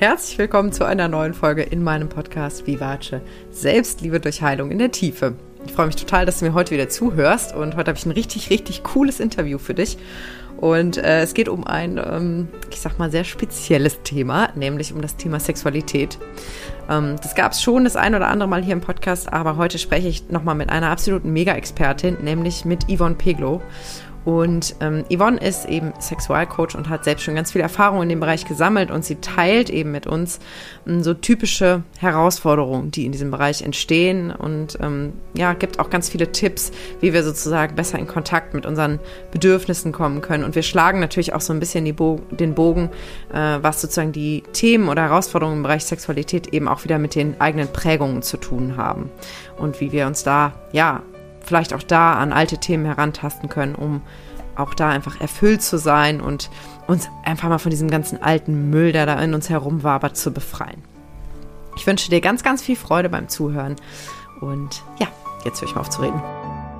Herzlich willkommen zu einer neuen Folge in meinem Podcast Vivace Selbstliebe durch Heilung in der Tiefe. Ich freue mich total, dass du mir heute wieder zuhörst und heute habe ich ein richtig, richtig cooles Interview für dich. Und es geht um ein, ich sag mal, sehr spezielles Thema, nämlich um das Thema Sexualität. Das gab es schon das ein oder andere Mal hier im Podcast, aber heute spreche ich nochmal mit einer absoluten Mega-Expertin, nämlich mit Yvonne Peglo. Und Yvonne ist eben Sexualcoach und hat selbst schon ganz viel Erfahrung in dem Bereich gesammelt und sie teilt eben mit uns so typische Herausforderungen, die in diesem Bereich entstehen und gibt auch ganz viele Tipps, wie wir sozusagen besser in Kontakt mit unseren Bedürfnissen kommen können. Und wir schlagen natürlich auch so ein bisschen den Bogen, was sozusagen die Themen oder Herausforderungen im Bereich Sexualität eben auch wieder mit den eigenen Prägungen zu tun haben und wie wir uns da, vielleicht auch da an alte Themen herantasten können, um auch da einfach erfüllt zu sein und uns einfach mal von diesem ganzen alten Müll, der da in uns herumwabert, zu befreien. Ich wünsche dir ganz, ganz viel Freude beim Zuhören und jetzt höre ich mal auf zu reden.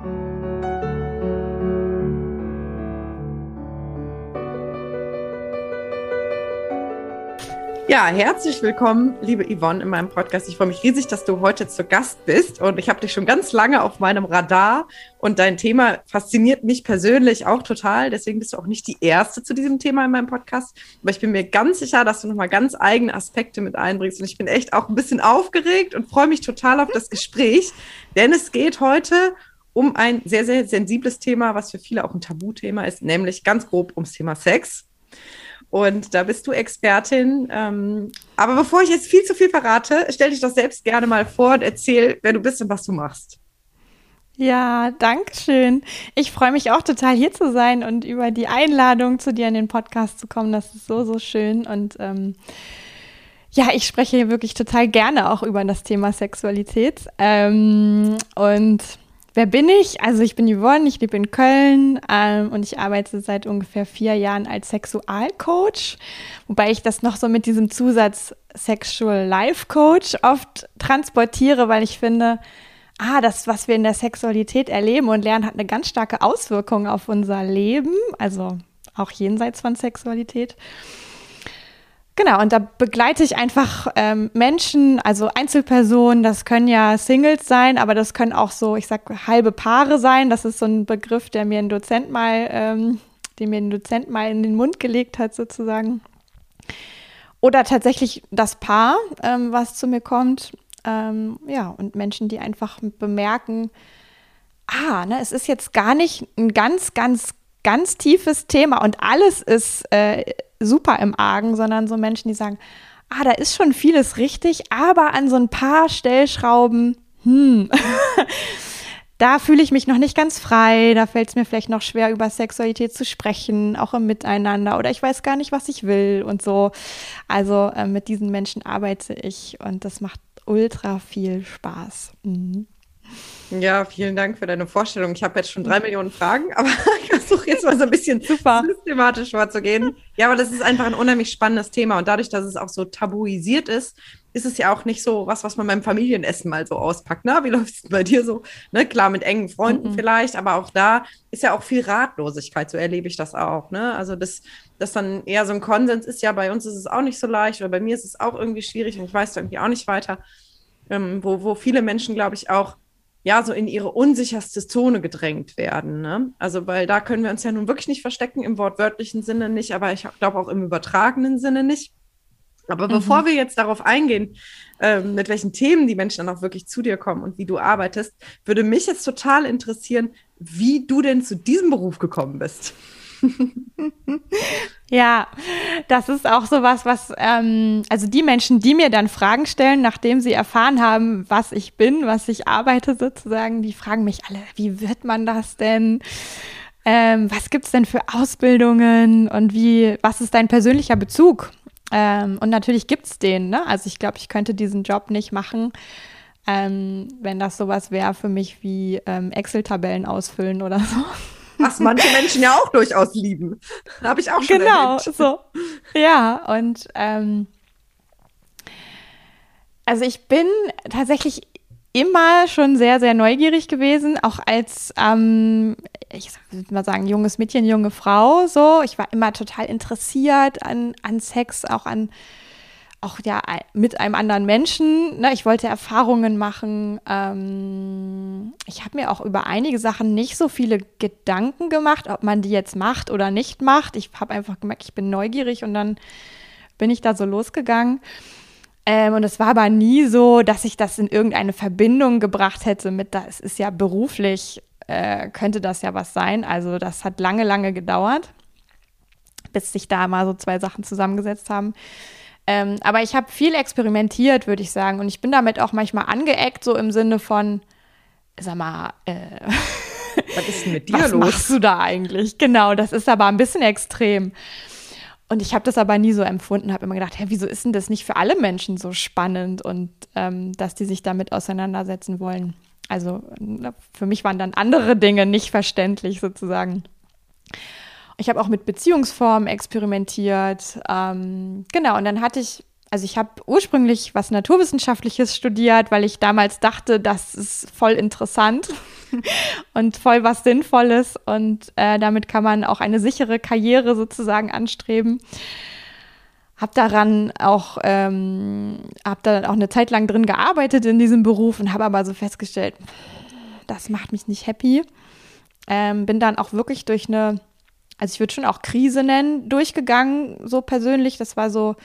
Ja, herzlich willkommen, liebe Yvonne, in meinem Podcast. Ich freue mich riesig, dass du heute zu Gast bist und ich habe dich schon ganz lange auf meinem Radar und dein Thema fasziniert mich persönlich auch total. Deswegen bist du auch nicht die Erste zu diesem Thema in meinem Podcast. Aber ich bin mir ganz sicher, dass du nochmal ganz eigene Aspekte mit einbringst und ich bin echt auch ein bisschen aufgeregt und freue mich total auf das Gespräch, denn es geht heute um ein sehr, sehr sensibles Thema, was für viele auch ein Tabuthema ist, nämlich ganz grob ums Thema Sex. Und da bist du Expertin. Aber bevor ich jetzt viel zu viel verrate, stell dich doch selbst gerne mal vor und erzähl, wer du bist und was du machst. Ja, danke schön. Ich freue mich auch total, hier zu sein und über die Einladung zu dir in den Podcast zu kommen. Das ist so, so schön. Und ich spreche hier wirklich total gerne auch über das Thema Sexualität. Und wer bin ich? Also ich bin Yvonne, ich lebe in Köln und ich arbeite seit ungefähr 4 Jahren als Sexualcoach, wobei ich das noch so mit diesem Zusatz Sexual Life Coach oft transportiere, weil ich finde, das, was wir in der Sexualität erleben und lernen, hat eine ganz starke Auswirkung auf unser Leben, also auch jenseits von Sexualität. Genau, und da begleite ich einfach Menschen, also Einzelpersonen, das können ja Singles sein, aber das können auch so, ich sag, halbe Paare sein. Das ist so ein Begriff, den mir ein Dozent mal in den Mund gelegt hat, sozusagen. Oder tatsächlich das Paar, was zu mir kommt. Und Menschen, die einfach bemerken, es ist jetzt gar nicht ein ganz, ganz, ganz tiefes Thema und alles ist super im Argen, sondern so Menschen, die sagen, da ist schon vieles richtig, aber an so ein paar Stellschrauben, da fühle ich mich noch nicht ganz frei, da fällt es mir vielleicht noch schwer, über Sexualität zu sprechen, auch im Miteinander oder ich weiß gar nicht, was ich will und so. Also mit diesen Menschen arbeite ich und das macht ultra viel Spaß. Mhm. Ja, vielen Dank für deine Vorstellung. Ich habe jetzt schon 3 Millionen Fragen, aber ich versuche jetzt mal so ein bisschen systematisch vorzugehen. Ja, aber das ist einfach ein unheimlich spannendes Thema und dadurch, dass es auch so tabuisiert ist, ist es ja auch nicht so was man beim Familienessen mal so auspackt. Wie läuft es bei dir so? Klar, mit engen Freunden vielleicht, aber auch da ist ja auch viel Ratlosigkeit, so erlebe ich das auch. Also das dann eher so ein Konsens ist, ja, bei uns ist es auch nicht so leicht oder bei mir ist es auch irgendwie schwierig und ich weiß da irgendwie auch nicht weiter, wo viele Menschen, glaube ich, auch so in ihre unsicherste Zone gedrängt werden. Also, weil da können wir uns ja nun wirklich nicht verstecken, im wortwörtlichen Sinne nicht, aber ich glaube auch im übertragenen Sinne nicht. Aber bevor wir jetzt darauf eingehen, mit welchen Themen die Menschen dann auch wirklich zu dir kommen und wie du arbeitest, würde mich jetzt total interessieren, wie du denn zu diesem Beruf gekommen bist. Ja, das ist auch sowas, also die Menschen, die mir dann Fragen stellen, nachdem sie erfahren haben, was ich bin, was ich arbeite sozusagen, die fragen mich alle, wie wird man das denn? Was gibt's denn für Ausbildungen und was ist dein persönlicher Bezug? Und natürlich gibt's den, ne? Also ich glaube, ich könnte diesen Job nicht machen, wenn das sowas wäre für mich wie Excel-Tabellen ausfüllen oder so. Was manche Menschen ja auch durchaus lieben. Habe ich auch schon erlebt. Genau, so. Ja, und also ich bin tatsächlich immer schon sehr, sehr neugierig gewesen, auch als, ich würde mal sagen, junges Mädchen, junge Frau, so. Ich war immer total interessiert an Sex, auch an auch ja mit einem anderen Menschen, ne? Ich wollte Erfahrungen machen. Ich habe mir auch über einige Sachen nicht so viele Gedanken gemacht, ob man die jetzt macht oder nicht macht. Ich habe einfach gemerkt, ich bin neugierig und dann bin ich da so losgegangen. Und es war aber nie so, dass ich das in irgendeine Verbindung gebracht hätte mit, das ist ja beruflich, könnte das ja was sein. Also das hat lange, lange gedauert, bis sich da mal so zwei Sachen zusammengesetzt haben. Aber ich habe viel experimentiert, würde ich sagen. Und ich bin damit auch manchmal angeeckt, so im Sinne von, sag mal, was ist denn mit dir was los? machst du da eigentlich? Genau, das ist aber ein bisschen extrem. Und ich habe das aber nie so empfunden, habe immer gedacht, hä, wieso ist denn das nicht für alle Menschen so spannend und dass die sich damit auseinandersetzen wollen? Also für mich waren dann andere Dinge nicht verständlich sozusagen. Ich habe auch mit Beziehungsformen experimentiert. Genau, und dann ich habe ursprünglich was Naturwissenschaftliches studiert, weil ich damals dachte, das ist voll interessant und voll was Sinnvolles. Und damit kann man auch eine sichere Karriere sozusagen anstreben. Habe da dann auch eine Zeit lang drin gearbeitet in diesem Beruf und habe aber so festgestellt, das macht mich nicht happy. Bin dann auch wirklich durch also ich würde schon auch Krise nennen, durchgegangen, so persönlich. Das war so,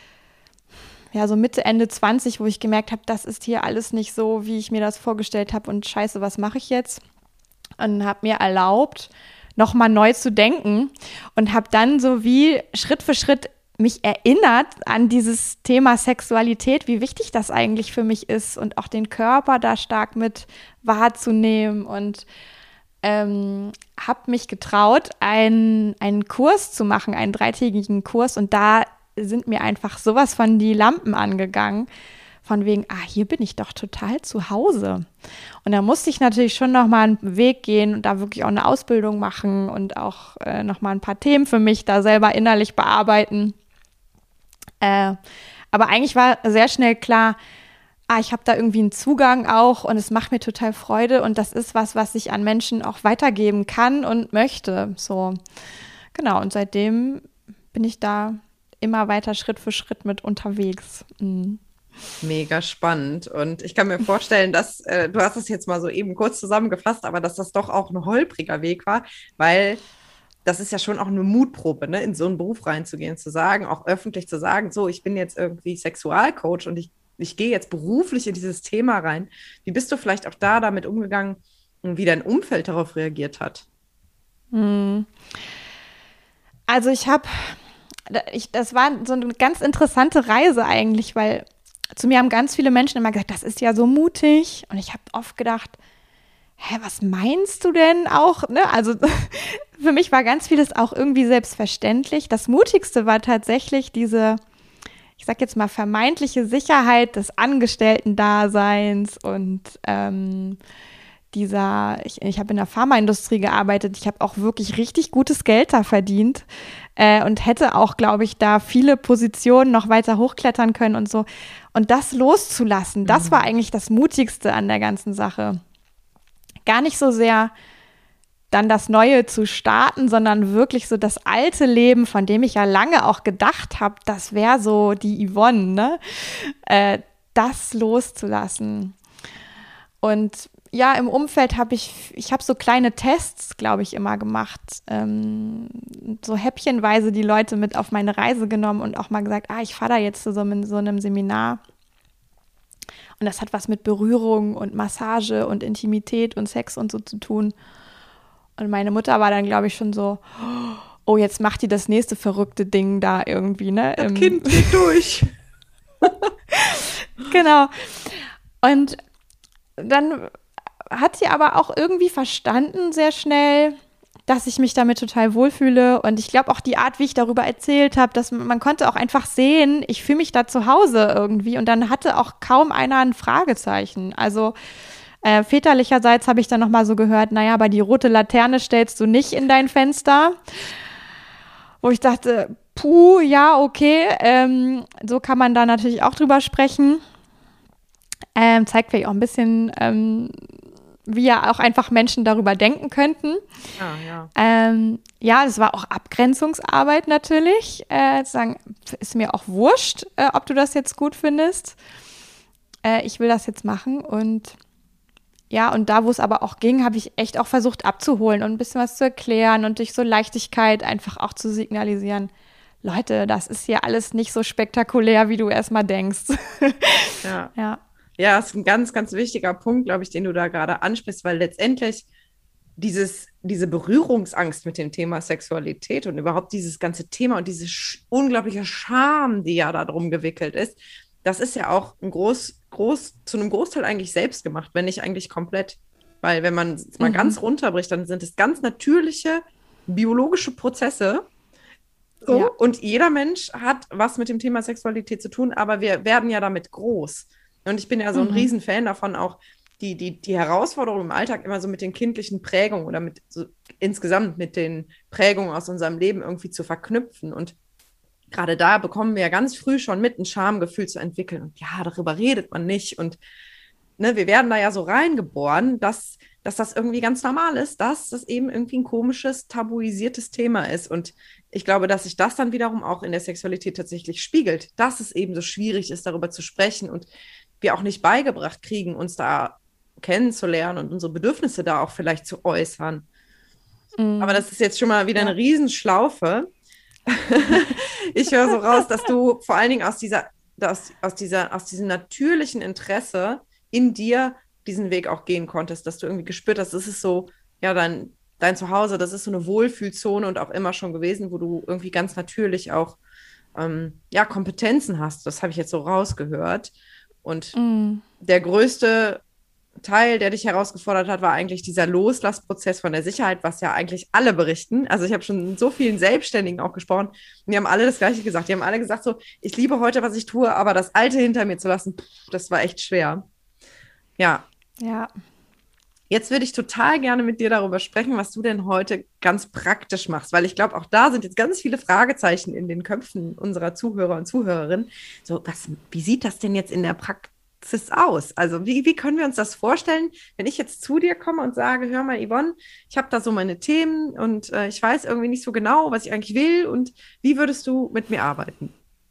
ja, so Mitte, Ende 20, wo ich gemerkt habe, das ist hier alles nicht so, wie ich mir das vorgestellt habe und scheiße, was mache ich jetzt? Und habe mir erlaubt, nochmal neu zu denken und habe dann so wie Schritt für Schritt mich erinnert an dieses Thema Sexualität, wie wichtig das eigentlich für mich ist und auch den Körper da stark mit wahrzunehmen und habe mich getraut, einen Kurs zu machen, einen 3-tägigen Kurs und da sind mir einfach sowas von die Lampen angegangen, von wegen, hier bin ich doch total zu Hause. Und da musste ich natürlich schon nochmal einen Weg gehen und da wirklich auch eine Ausbildung machen und auch nochmal ein paar Themen für mich da selber innerlich bearbeiten. Aber eigentlich war sehr schnell klar, ich habe da irgendwie einen Zugang auch und es macht mir total Freude und das ist was ich an Menschen auch weitergeben kann und möchte. So, genau. Und seitdem bin ich da immer weiter Schritt für Schritt mit unterwegs. Mhm. Mega spannend. Und ich kann mir vorstellen, dass, du hast es jetzt mal so eben kurz zusammengefasst, aber dass das doch auch ein holpriger Weg war, weil das ist ja schon auch eine Mutprobe, ne, in so einen Beruf reinzugehen, zu sagen, auch öffentlich zu sagen, so, ich bin jetzt irgendwie Sexualcoach und ich gehe jetzt beruflich in dieses Thema rein. Wie bist du vielleicht auch damit umgegangen und wie dein Umfeld darauf reagiert hat? Also das war so eine ganz interessante Reise eigentlich, weil zu mir haben ganz viele Menschen immer gesagt, das ist ja so mutig. Und ich habe oft gedacht, was meinst du denn auch? Ne? Also für mich war ganz vieles auch irgendwie selbstverständlich. Das Mutigste war tatsächlich diese, ich sag jetzt mal, vermeintliche Sicherheit des Angestellten-Daseins und ich habe in der Pharmaindustrie gearbeitet, ich habe auch wirklich richtig gutes Geld da verdient und hätte auch, glaube ich, da viele Positionen noch weiter hochklettern können und so. Und das loszulassen, das war eigentlich das Mutigste an der ganzen Sache. Gar nicht so sehr dann das Neue zu starten, sondern wirklich so das alte Leben, von dem ich ja lange auch gedacht habe, das wäre so die Yvonne, ne? Das loszulassen. Und ja, im Umfeld habe ich habe so kleine Tests, glaube ich, immer gemacht, so häppchenweise die Leute mit auf meine Reise genommen und auch mal gesagt, ich fahre da jetzt zu so einem Seminar. Und das hat was mit Berührung und Massage und Intimität und Sex und so zu tun. Und meine Mutter war dann, glaube ich, schon so, oh, jetzt macht die das nächste verrückte Ding da irgendwie, ne? Das Kind geht durch. Genau. Und dann hat sie aber auch irgendwie verstanden sehr schnell, dass ich mich damit total wohlfühle. Und ich glaube auch die Art, wie ich darüber erzählt habe, dass man konnte auch einfach sehen, ich fühle mich da zu Hause irgendwie. Und dann hatte auch kaum einer ein Fragezeichen. Also väterlicherseits habe ich dann nochmal so gehört, naja, aber die rote Laterne stellst du nicht in dein Fenster. Wo ich dachte, ja, okay, so kann man da natürlich auch drüber sprechen. Zeigt vielleicht auch ein bisschen, wie ja auch einfach Menschen darüber denken könnten. Ja, das war auch Abgrenzungsarbeit natürlich. Sagen, ist mir auch wurscht, ob du das jetzt gut findest. Ich will das jetzt machen. Und ja, und da, wo es aber auch ging, habe ich echt auch versucht abzuholen und ein bisschen was zu erklären und durch so Leichtigkeit einfach auch zu signalisieren, Leute, das ist hier alles nicht so spektakulär, wie du erstmal denkst. Ja. Ja, ist ein ganz, ganz wichtiger Punkt, glaube ich, den du da gerade ansprichst, weil letztendlich diese Berührungsangst mit dem Thema Sexualität und überhaupt dieses ganze Thema und diese unglaubliche Scham, die ja da drum gewickelt ist, das ist ja auch zu einem Großteil eigentlich selbst gemacht, wenn nicht eigentlich komplett. Weil wenn man es mal ganz runterbricht, dann sind es ganz natürliche biologische Prozesse. So, ja. Und jeder Mensch hat was mit dem Thema Sexualität zu tun, aber wir werden ja damit groß. Und ich bin ja so ein Riesenfan davon, auch die Herausforderung im Alltag immer so mit den kindlichen Prägungen oder insgesamt mit den Prägungen aus unserem Leben irgendwie zu verknüpfen. Und gerade da bekommen wir ja ganz früh schon mit, ein Schamgefühl zu entwickeln. Und ja, darüber redet man nicht. Und ne, wir werden da ja so reingeboren, dass das irgendwie ganz normal ist, dass das eben irgendwie ein komisches, tabuisiertes Thema ist. Und ich glaube, dass sich das dann wiederum auch in der Sexualität tatsächlich spiegelt, dass es eben so schwierig ist, darüber zu sprechen und wir auch nicht beigebracht kriegen, uns da kennenzulernen und unsere Bedürfnisse da auch vielleicht zu äußern. Aber das ist jetzt schon mal wieder eine Riesenschlaufe. Ich höre so raus, dass du vor allen Dingen aus diesem natürlichen Interesse in dir diesen Weg auch gehen konntest, dass du irgendwie gespürt hast, das ist so, ja, dein Zuhause, das ist so eine Wohlfühlzone und auch immer schon gewesen, wo du irgendwie ganz natürlich auch Kompetenzen hast. Das habe ich jetzt so rausgehört. Und der größte Teil, der dich herausgefordert hat, war eigentlich dieser Loslassprozess von der Sicherheit, was ja eigentlich alle berichten. Also ich habe schon mit so vielen Selbstständigen auch gesprochen und die haben alle das Gleiche gesagt. Die haben alle gesagt so, ich liebe heute, was ich tue, aber das Alte hinter mir zu lassen, das war echt schwer. Ja. Jetzt würde ich total gerne mit dir darüber sprechen, was du denn heute ganz praktisch machst, weil ich glaube, auch da sind jetzt ganz viele Fragezeichen in den Köpfen unserer Zuhörer und Zuhörerinnen. So, wie sieht das denn jetzt in der Praxis aus? Also wie können wir uns das vorstellen, wenn ich jetzt zu dir komme und sage, hör mal, Yvonne, ich habe da so meine Themen und ich weiß irgendwie nicht so genau, was ich eigentlich will und wie würdest du mit mir arbeiten?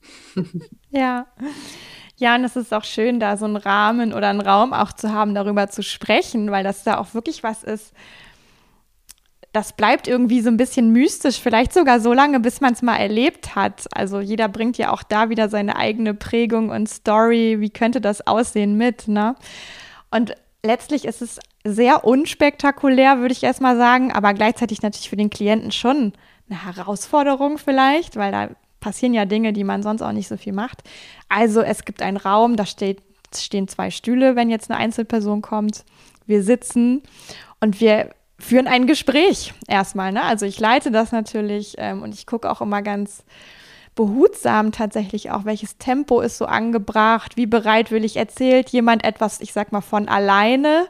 Ja, und es ist auch schön, da so einen Rahmen oder einen Raum auch zu haben, darüber zu sprechen, weil das da auch wirklich was ist, das bleibt irgendwie so ein bisschen mystisch, vielleicht sogar so lange, bis man es mal erlebt hat. Also jeder bringt ja auch da wieder seine eigene Prägung und Story, wie könnte das aussehen mit, ne? Und letztlich ist es sehr unspektakulär, würde ich erstmal sagen, aber gleichzeitig natürlich für den Klienten schon eine Herausforderung vielleicht, weil da passieren ja Dinge, die man sonst auch nicht so viel macht. Also es gibt einen Raum, da stehen 2 Stühle, wenn jetzt eine Einzelperson kommt. Wir sitzen und wir führen ein Gespräch erstmal, ne? Also ich leite das natürlich und ich gucke auch immer ganz behutsam tatsächlich auch, welches Tempo ist so angebracht, wie bereitwillig erzählt jemand etwas, ich sag mal, von alleine.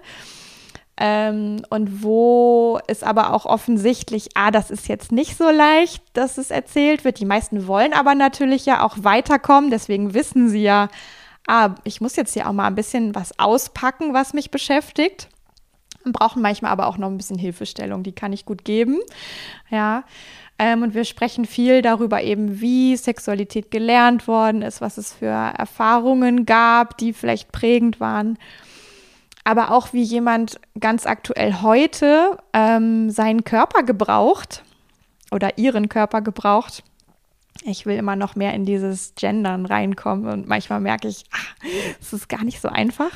Und wo ist aber auch offensichtlich, das ist jetzt nicht so leicht, dass es erzählt wird. Die meisten wollen aber natürlich ja auch weiterkommen, deswegen wissen sie ja, ich muss jetzt hier auch mal ein bisschen was auspacken, was mich beschäftigt. Und brauchen manchmal aber auch noch ein bisschen Hilfestellung, die kann ich gut geben. Ja. Und wir sprechen viel darüber eben, wie Sexualität gelernt worden ist, was es für Erfahrungen gab, die vielleicht prägend waren. Aber auch wie jemand ganz aktuell heute seinen Körper gebraucht oder ihren Körper gebraucht. Ich will immer noch mehr in dieses Gendern reinkommen und manchmal merke ich, es ist gar nicht so einfach.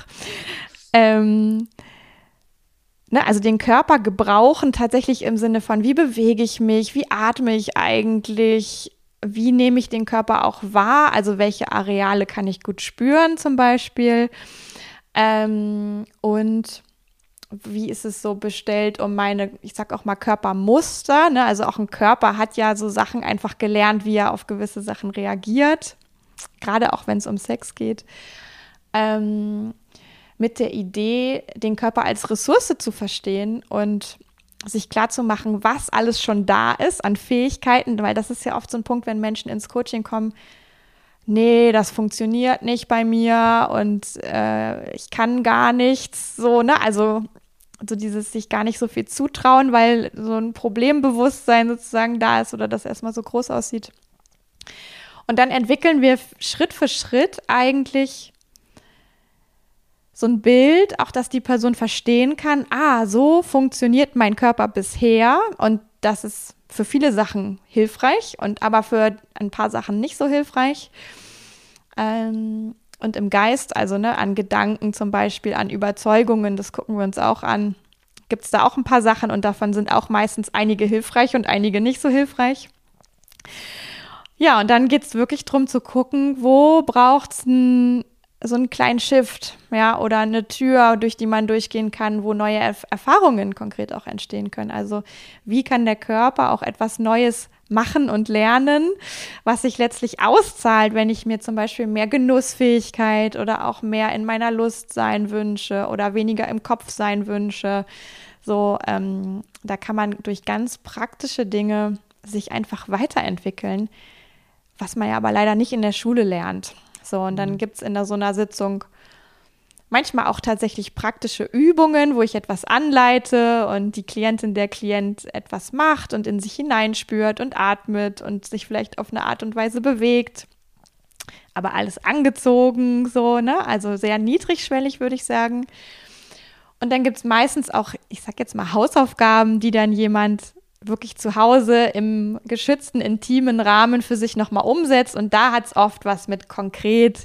Also den Körper gebrauchen tatsächlich im Sinne von, wie bewege ich mich, wie atme ich eigentlich, wie nehme ich den Körper auch wahr, also welche Areale kann ich gut spüren zum Beispiel. Und wie ist es so bestellt um meine, ich sag auch mal Körpermuster, ne? Also auch ein Körper hat ja so Sachen einfach gelernt, wie er auf gewisse Sachen reagiert, gerade auch wenn es um Sex geht, mit der Idee, den Körper als Ressource zu verstehen und sich klarzumachen, was alles schon da ist an Fähigkeiten, weil das ist ja oft so ein Punkt, wenn Menschen ins Coaching kommen, nee, das funktioniert nicht bei mir und ich kann gar nichts, so, ne, also so dieses sich gar nicht so viel zutrauen, weil so ein Problembewusstsein sozusagen da ist oder das erstmal so groß aussieht. Und dann entwickeln wir Schritt für Schritt eigentlich so ein Bild, auch dass die Person verstehen kann, so funktioniert mein Körper bisher und das ist für viele Sachen hilfreich und aber für ein paar Sachen nicht so hilfreich. Und im Geist, also an Gedanken zum Beispiel, an Überzeugungen, das gucken wir uns auch an, gibt es da auch ein paar Sachen und davon sind auch meistens einige hilfreich und einige nicht so hilfreich. Ja, und dann geht es wirklich darum zu gucken, wo braucht es so einen kleinen Shift, ja, oder eine Tür, durch die man durchgehen kann, wo neue Erfahrungen konkret auch entstehen können. Also wie kann der Körper auch etwas Neues machen und lernen, was sich letztlich auszahlt, wenn ich mir zum Beispiel mehr Genussfähigkeit oder auch mehr in meiner Lust sein wünsche oder weniger im Kopf sein wünsche. So, da kann man durch ganz praktische Dinge sich einfach weiterentwickeln, was man ja aber leider nicht in der Schule lernt. So, und dann gibt es in so einer Sitzung manchmal auch tatsächlich praktische Übungen, wo ich etwas anleite und die Klientin, der Klient etwas macht und in sich hineinspürt und atmet und sich vielleicht auf eine Art und Weise bewegt. Aber alles angezogen, so, ne? Also sehr niedrigschwellig, würde ich sagen. Und dann gibt es meistens auch, ich sag jetzt mal, Hausaufgaben, die dann jemand wirklich zu Hause im geschützten, intimen Rahmen für sich nochmal umsetzt. Und da hat es oft was mit konkret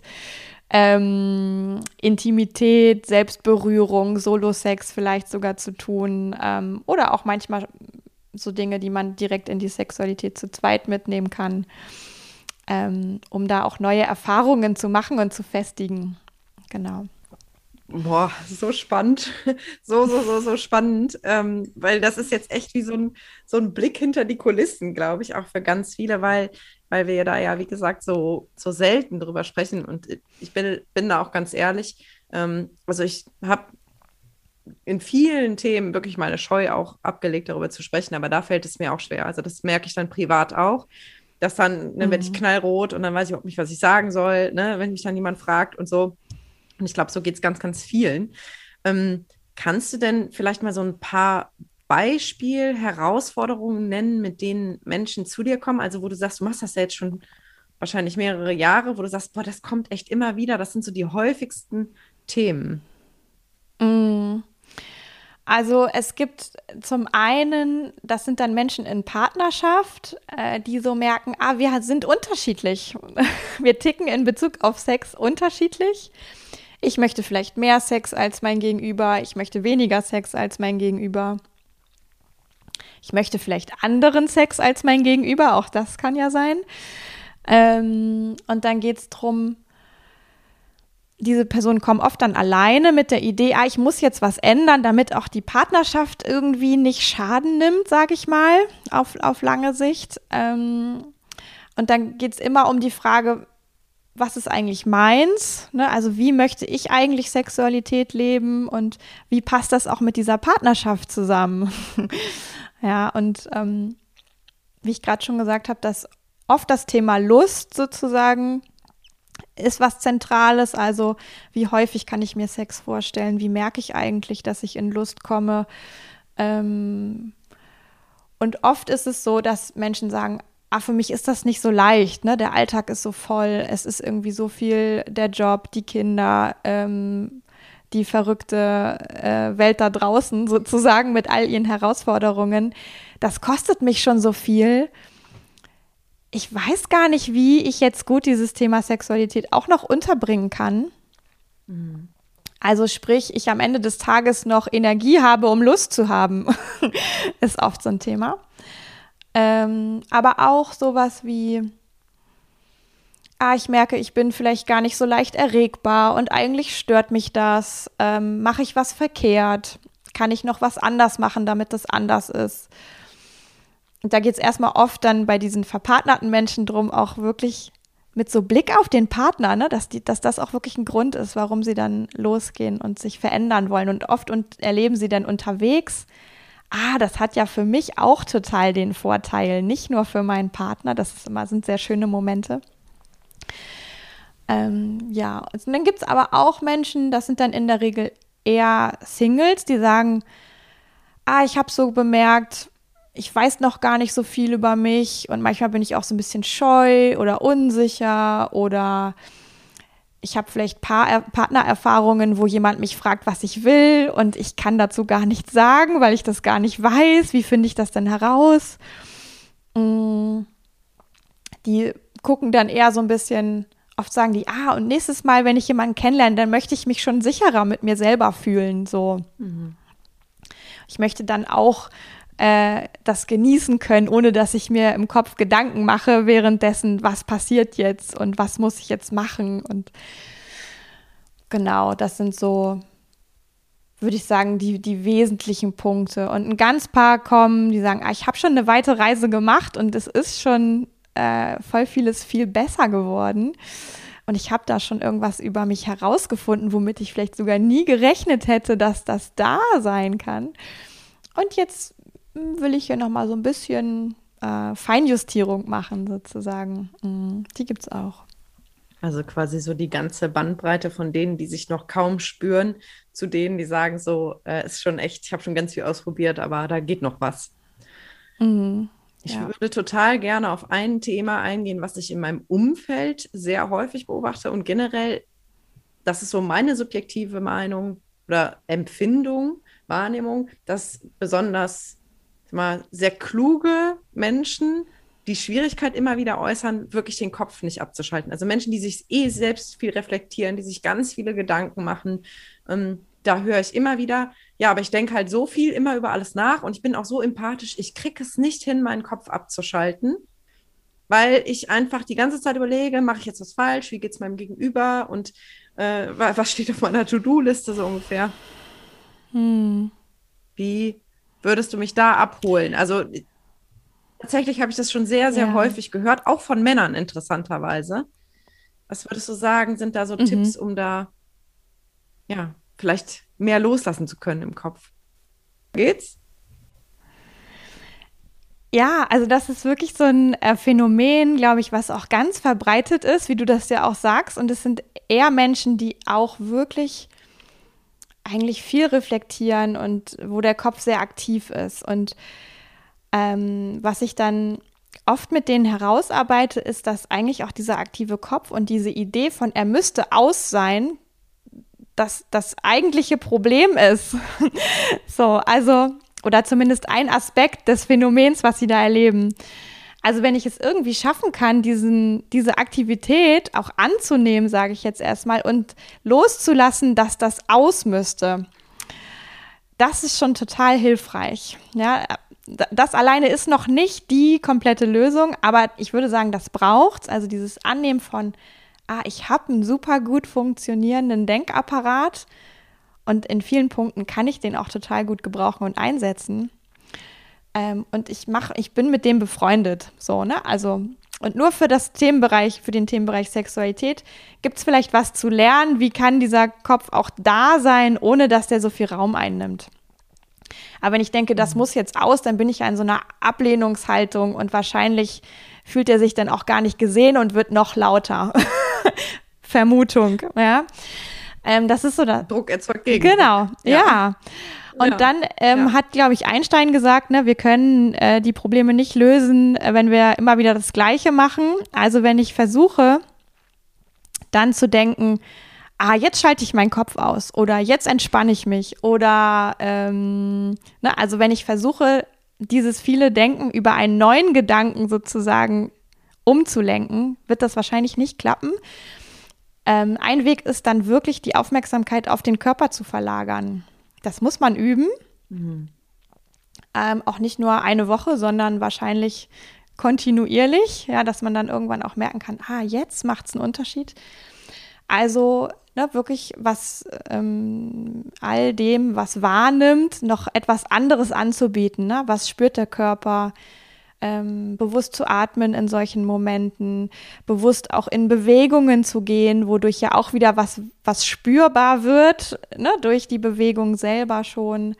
Intimität, Selbstberührung, Solo-Sex vielleicht sogar zu tun. Oder auch manchmal so Dinge, die man direkt in die Sexualität zu zweit mitnehmen kann, um da auch neue Erfahrungen zu machen und zu festigen. Genau. Boah, so spannend. So spannend. Weil das ist jetzt echt wie so ein Blick hinter die Kulissen, glaube ich, auch für ganz viele, weil wir ja da ja, wie gesagt, so selten drüber sprechen. Und ich bin da auch ganz ehrlich. Also ich habe in vielen Themen wirklich meine Scheu auch abgelegt, darüber zu sprechen, aber da fällt es mir auch schwer. Also das merke ich dann privat auch, dass dann werde ich knallrot und dann weiß ich überhaupt nicht, was ich sagen soll, ne, wenn mich dann jemand fragt und so. Und ich glaube, so geht es ganz, ganz vielen. Kannst du denn vielleicht mal so ein paar Herausforderungen nennen, mit denen Menschen zu dir kommen? Also wo du sagst, du machst das ja jetzt schon wahrscheinlich mehrere Jahre, wo du sagst, boah, das kommt echt immer wieder. Das sind so die häufigsten Themen. Also es gibt zum einen, das sind dann Menschen in Partnerschaft, die so merken, wir sind unterschiedlich. Wir ticken in Bezug auf Sex unterschiedlich. Ich möchte vielleicht mehr Sex als mein Gegenüber. Ich möchte weniger Sex als mein Gegenüber. Ich möchte vielleicht anderen Sex als mein Gegenüber. Auch das kann ja sein. Und dann geht es darum, diese Personen kommen oft dann alleine mit der Idee, ich muss jetzt was ändern, damit auch die Partnerschaft irgendwie nicht Schaden nimmt, sage ich mal, auf lange Sicht. Und dann geht es immer um die Frage, was ist eigentlich meins? Ne? Also wie möchte ich eigentlich Sexualität leben und wie passt das auch mit dieser Partnerschaft zusammen? Ja, und wie ich gerade schon gesagt habe, dass oft das Thema Lust sozusagen ist was Zentrales. Also wie häufig kann ich mir Sex vorstellen? Wie merke ich eigentlich, dass ich in Lust komme? Und oft ist es so, dass Menschen sagen, für mich ist das nicht so leicht, ne? Der Alltag ist so voll, es ist irgendwie so viel der Job, die Kinder, die verrückte Welt da draußen sozusagen mit all ihren Herausforderungen. Das kostet mich schon so viel. Ich weiß gar nicht, wie ich jetzt gut dieses Thema Sexualität auch noch unterbringen kann. Mhm. Also sprich, ich am Ende des Tages noch Energie habe, um Lust zu haben, ist oft so ein Thema. Aber auch sowas wie, ich merke, ich bin vielleicht gar nicht so leicht erregbar und eigentlich stört mich das. Mache ich was verkehrt? Kann ich noch was anders machen, damit das anders ist? Und da geht es erstmal oft dann bei diesen verpartnerten Menschen drum, auch wirklich mit so Blick auf den Partner, ne, dass das auch wirklich ein Grund ist, warum sie dann losgehen und sich verändern wollen. Und oft erleben sie dann unterwegs, das hat ja für mich auch total den Vorteil, nicht nur für meinen Partner. Sind sehr schöne Momente. Und dann gibt es aber auch Menschen, das sind dann in der Regel eher Singles, die sagen, ich habe so bemerkt, ich weiß noch gar nicht so viel über mich und manchmal bin ich auch so ein bisschen scheu oder unsicher oder ich habe vielleicht Partnererfahrungen, wo jemand mich fragt, was ich will und ich kann dazu gar nichts sagen, weil ich das gar nicht weiß. Wie finde ich das denn heraus? Die gucken dann eher so ein bisschen, oft sagen die, und nächstes Mal, wenn ich jemanden kennenlerne, dann möchte ich mich schon sicherer mit mir selber fühlen. So. Ich möchte dann auch das genießen können, ohne dass ich mir im Kopf Gedanken mache währenddessen, was passiert jetzt und was muss ich jetzt machen. Und genau, das sind so, würde ich sagen, die wesentlichen Punkte. Und ein ganz paar kommen, die sagen, ich habe schon eine weite Reise gemacht und es ist schon voll vieles viel besser geworden. Und ich habe da schon irgendwas über mich herausgefunden, womit ich vielleicht sogar nie gerechnet hätte, dass das da sein kann. Und jetzt will ich hier nochmal so ein bisschen Feinjustierung machen, sozusagen. Die gibt's auch. Also quasi so die ganze Bandbreite von denen, die sich noch kaum spüren, zu denen, die sagen so, ist schon echt, ich habe schon ganz viel ausprobiert, aber da geht noch was. Ich würde total gerne auf ein Thema eingehen, was ich in meinem Umfeld sehr häufig beobachte und generell, das ist so meine subjektive Meinung oder Empfindung, Wahrnehmung, dass besonders sehr kluge Menschen die Schwierigkeit immer wieder äußern, wirklich den Kopf nicht abzuschalten. Also Menschen, die sich selbst viel reflektieren, die sich ganz viele Gedanken machen, da höre ich immer wieder, ja, aber ich denke halt so viel immer über alles nach und ich bin auch so empathisch, ich kriege es nicht hin, meinen Kopf abzuschalten, weil ich einfach die ganze Zeit überlege, mache ich jetzt was falsch, wie geht es meinem Gegenüber und was steht auf meiner To-Do-Liste so ungefähr. Wie würdest du mich da abholen? Also tatsächlich habe ich das schon sehr, sehr häufig gehört, auch von Männern interessanterweise. Was würdest du sagen, sind da so Tipps, um da vielleicht mehr loslassen zu können im Kopf? Geht's? Ja, also das ist wirklich so ein Phänomen, glaube ich, was auch ganz verbreitet ist, wie du das ja auch sagst. Und es sind eher Menschen, die auch wirklich eigentlich viel reflektieren und wo der Kopf sehr aktiv ist. Und was ich dann oft mit denen herausarbeite, ist, dass eigentlich auch dieser aktive Kopf und diese Idee von er müsste aus sein, dass das eigentliche Problem ist. So, also, oder zumindest ein Aspekt des Phänomens, was sie da erleben. Also wenn ich es irgendwie schaffen kann, diese Aktivität auch anzunehmen, sage ich jetzt erstmal, und loszulassen, dass das aus müsste, das ist schon total hilfreich. Ja, das alleine ist noch nicht die komplette Lösung, aber ich würde sagen, das braucht's. Also dieses Annehmen von, ich habe einen super gut funktionierenden Denkapparat und in vielen Punkten kann ich den auch total gut gebrauchen und einsetzen. Und ich bin mit dem befreundet, so, ne? Also, und nur für den Themenbereich Sexualität gibt es vielleicht was zu lernen. Wie kann dieser Kopf auch da sein, ohne dass der so viel Raum einnimmt? Aber wenn ich denke, das muss jetzt aus, dann bin ich ja in so einer Ablehnungshaltung und wahrscheinlich fühlt er sich dann auch gar nicht gesehen und wird noch lauter. Vermutung, ja. Das ist so der Druck erzeugt Gegen. Genau, ja. Und dann hat, glaube ich, Einstein gesagt, ne, wir können die Probleme nicht lösen, wenn wir immer wieder das Gleiche machen. Also wenn ich versuche, dann zu denken, jetzt schalte ich meinen Kopf aus oder jetzt entspanne ich mich oder also wenn ich versuche, dieses viele Denken über einen neuen Gedanken sozusagen umzulenken, wird das wahrscheinlich nicht klappen. Ein Weg ist dann wirklich, die Aufmerksamkeit auf den Körper zu verlagern. Das muss man üben. Auch nicht nur eine Woche, sondern wahrscheinlich kontinuierlich, ja, dass man dann irgendwann auch merken kann, jetzt macht es einen Unterschied. Also wirklich was all dem, was wahrnimmt, noch etwas anderes anzubieten. Ne? Was spürt der Körper? Bewusst zu atmen in solchen Momenten, bewusst auch in Bewegungen zu gehen, wodurch ja auch wieder was spürbar wird, ne? Durch die Bewegung selber schon.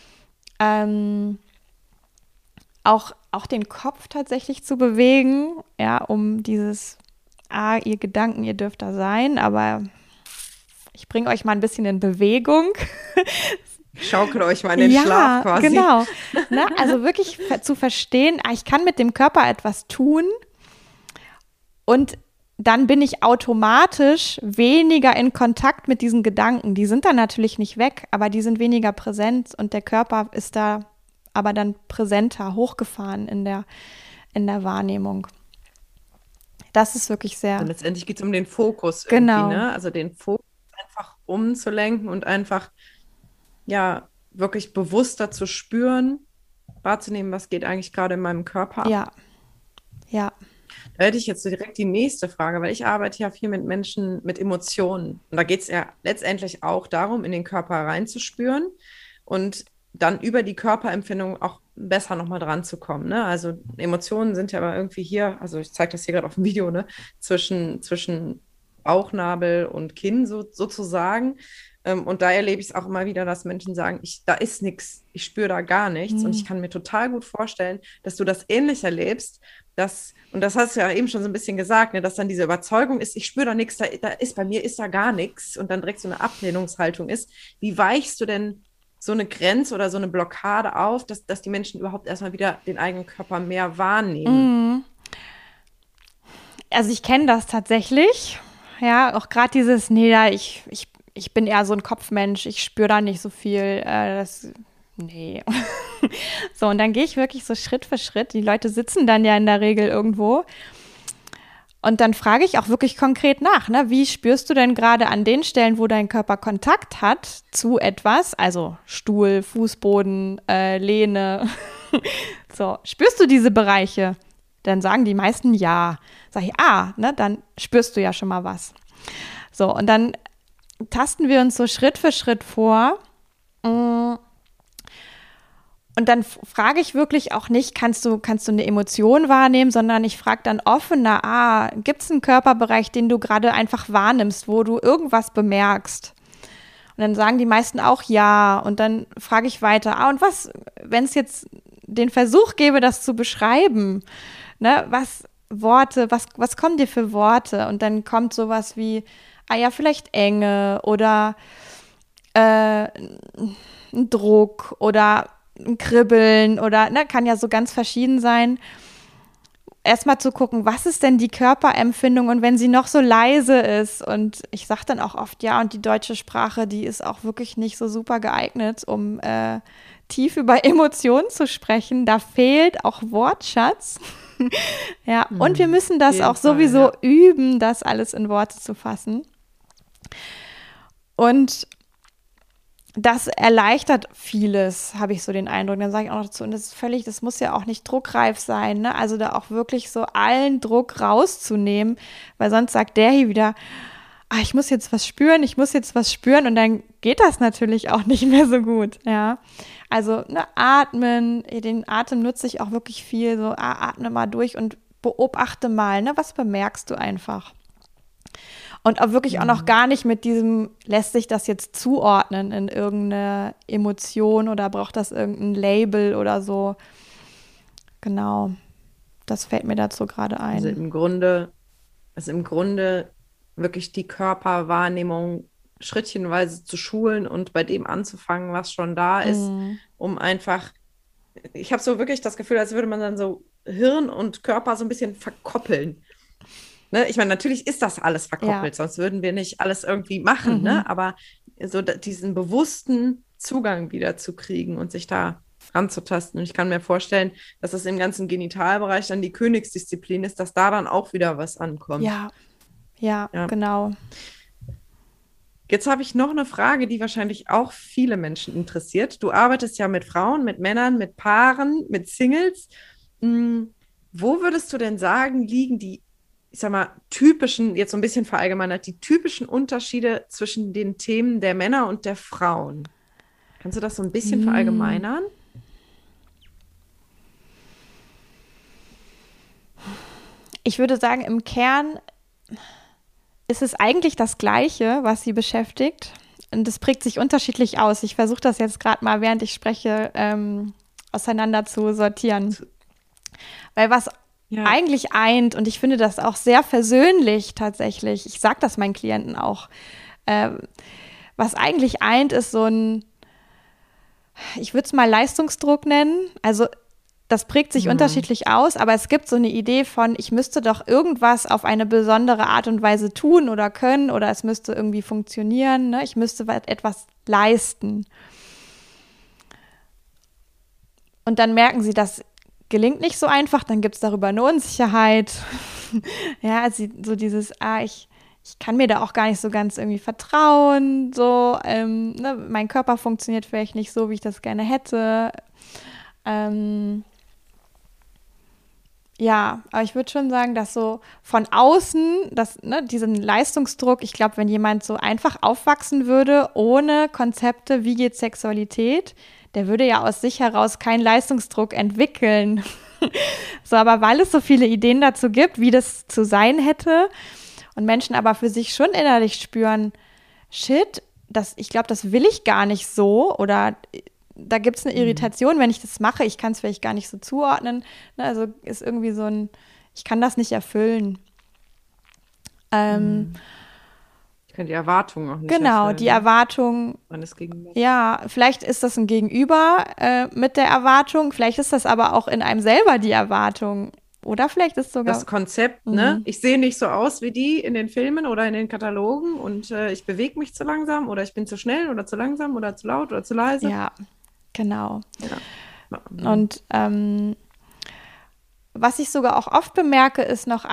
Auch den Kopf tatsächlich zu bewegen, ja, um dieses, ihr Gedanken, ihr dürft da sein, aber ich bringe euch mal ein bisschen in Bewegung. Schaukel euch mal in den Schlaf quasi. Ja, genau. Ne? Also wirklich zu verstehen, ich kann mit dem Körper etwas tun und dann bin ich automatisch weniger in Kontakt mit diesen Gedanken. Die sind dann natürlich nicht weg, aber die sind weniger präsent und der Körper ist da aber dann präsenter, hochgefahren in der Wahrnehmung. Das ist wirklich sehr. Und letztendlich geht es um den Fokus Genau. irgendwie, ne? Also den Fokus einfach umzulenken und einfach, ja, wirklich bewusster zu spüren, wahrzunehmen, was geht eigentlich gerade in meinem Körper ab. Ja. Da hätte ich jetzt so direkt die nächste Frage, weil ich arbeite ja viel mit Menschen mit Emotionen. Und da geht es ja letztendlich auch darum, in den Körper reinzuspüren und dann über die Körperempfindung auch besser nochmal dran zu kommen. Ne? Also Emotionen sind ja aber irgendwie hier, also ich zeige das hier gerade auf dem Video, ne? zwischen Bauchnabel und Kinn sozusagen. Und da erlebe ich es auch immer wieder, dass Menschen sagen, da ist nichts, ich spüre da gar nichts. Und ich kann mir total gut vorstellen, dass du das ähnlich erlebst, und das hast du ja eben schon so ein bisschen gesagt, ne, dass dann diese Überzeugung ist, ich spüre da nichts, bei mir ist da gar nichts und dann direkt so eine Ablehnungshaltung ist. Wie weichst du denn so eine Grenze oder so eine Blockade auf, dass die Menschen überhaupt erstmal wieder den eigenen Körper mehr wahrnehmen? Also ich kenne das tatsächlich. Ja, auch gerade dieses, ich bin eher so ein Kopfmensch, ich spüre da nicht so viel. Nee. So, und dann gehe ich wirklich so Schritt für Schritt. Die Leute sitzen dann ja in der Regel irgendwo. Und dann frage ich auch wirklich konkret nach, ne? Wie spürst du denn gerade an den Stellen, wo dein Körper Kontakt hat zu etwas? Also Stuhl, Fußboden, Lehne. So, spürst du diese Bereiche? Dann sagen die meisten ja. Sag ich, ne? Dann spürst du ja schon mal was. So, und dann tasten wir uns so Schritt für Schritt vor. Und dann frage ich wirklich auch nicht, kannst du eine Emotion wahrnehmen, sondern ich frage dann offener, gibt es einen Körperbereich, den du gerade einfach wahrnimmst, wo du irgendwas bemerkst? Und dann sagen die meisten auch ja. Und dann frage ich weiter, und was, wenn es jetzt den Versuch gäbe, das zu beschreiben, ne, was kommen dir für Worte? Und dann kommt sowas wie, vielleicht Enge oder ein Druck oder ein Kribbeln oder, ne, kann ja so ganz verschieden sein. Erstmal zu gucken, was ist denn die Körperempfindung und wenn sie noch so leise ist und ich sage dann auch oft, und die deutsche Sprache, die ist auch wirklich nicht so super geeignet, um tief über Emotionen zu sprechen. Da fehlt auch Wortschatz. Ja, und wir müssen das auch sowieso üben, das alles in Worte zu fassen. Und das erleichtert vieles, habe ich so den Eindruck. Dann sage ich auch noch dazu, und das muss ja auch nicht druckreif sein, ne? Also da auch wirklich so allen Druck rauszunehmen, weil sonst sagt der hier wieder, ich muss jetzt was spüren und dann geht das natürlich auch nicht mehr so gut, ja. Also atmen, den Atem nutze ich auch wirklich viel, so atme mal durch und beobachte mal, ne? Was bemerkst du einfach? Und auch wirklich auch noch gar nicht mit diesem, lässt sich das jetzt zuordnen in irgendeine Emotion oder braucht das irgendein Label oder so. Genau, das fällt mir dazu gerade ein. Also im Grunde wirklich die Körperwahrnehmung schrittchenweise zu schulen und bei dem anzufangen, was schon da ist, um einfach, ich habe so wirklich das Gefühl, als würde man dann so Hirn und Körper so ein bisschen verkoppeln. Ne? Ich meine, natürlich ist das alles verkoppelt, sonst würden wir nicht alles irgendwie machen, ne? Aber so diesen bewussten Zugang wieder zu kriegen und sich da ranzutasten. Und ich kann mir vorstellen, dass das im ganzen Genitalbereich dann die Königsdisziplin ist, dass da dann auch wieder was ankommt. Ja, genau. Jetzt habe ich noch eine Frage, die wahrscheinlich auch viele Menschen interessiert. Du arbeitest ja mit Frauen, mit Männern, mit Paaren, mit Singles. Wo würdest du denn sagen, liegen die, ich sag mal, typischen, jetzt so ein bisschen verallgemeinert, die typischen Unterschiede zwischen den Themen der Männer und der Frauen? Kannst du das so ein bisschen verallgemeinern? Ich würde sagen, im Kern ist es eigentlich das Gleiche, was sie beschäftigt. Und es prägt sich unterschiedlich aus. Ich versuche das jetzt gerade mal, während ich spreche, auseinander zu sortieren. Weil was eigentlich eint, und ich finde das auch sehr versöhnlich tatsächlich, ich sage das meinen Klienten auch, Was eigentlich eint, ist so ein, ich würde es mal Leistungsdruck nennen. Also das prägt sich unterschiedlich aus, aber es gibt so eine Idee von, ich müsste doch irgendwas auf eine besondere Art und Weise tun oder können oder es müsste irgendwie funktionieren, ne? Ich müsste etwas leisten. Und dann merken sie, das gelingt nicht so einfach, dann gibt es darüber eine Unsicherheit. Ja, also so dieses, ich kann mir da auch gar nicht so ganz irgendwie vertrauen, so, ne? Mein Körper funktioniert vielleicht nicht so, wie ich das gerne hätte. Ja, aber ich würde schon sagen, dass so von außen, diesen Leistungsdruck, ich glaube, wenn jemand so einfach aufwachsen würde, ohne Konzepte, wie geht Sexualität, der würde ja aus sich heraus keinen Leistungsdruck entwickeln. So, aber weil es so viele Ideen dazu gibt, wie das zu sein hätte und Menschen aber für sich schon innerlich spüren, shit, ich glaube, das will ich gar nicht so oder da gibt es eine Irritation, wenn ich das mache. Ich kann es vielleicht gar nicht so zuordnen. Ne, also ist irgendwie so ich kann das nicht erfüllen. Ich kann die Erwartung auch nicht genau, erfüllen. Die Erwartung. Meines Gegenübers. Ja, vielleicht ist das ein Gegenüber mit der Erwartung. Vielleicht ist das aber auch in einem selber die Erwartung. Oder vielleicht ist sogar das Konzept, ne? Ich sehe nicht so aus wie die in den Filmen oder in den Katalogen und ich bewege mich zu langsam oder ich bin zu schnell oder zu langsam oder zu laut oder zu leise. Ja. Genau. Ja. Und was ich sogar auch oft bemerke, ist noch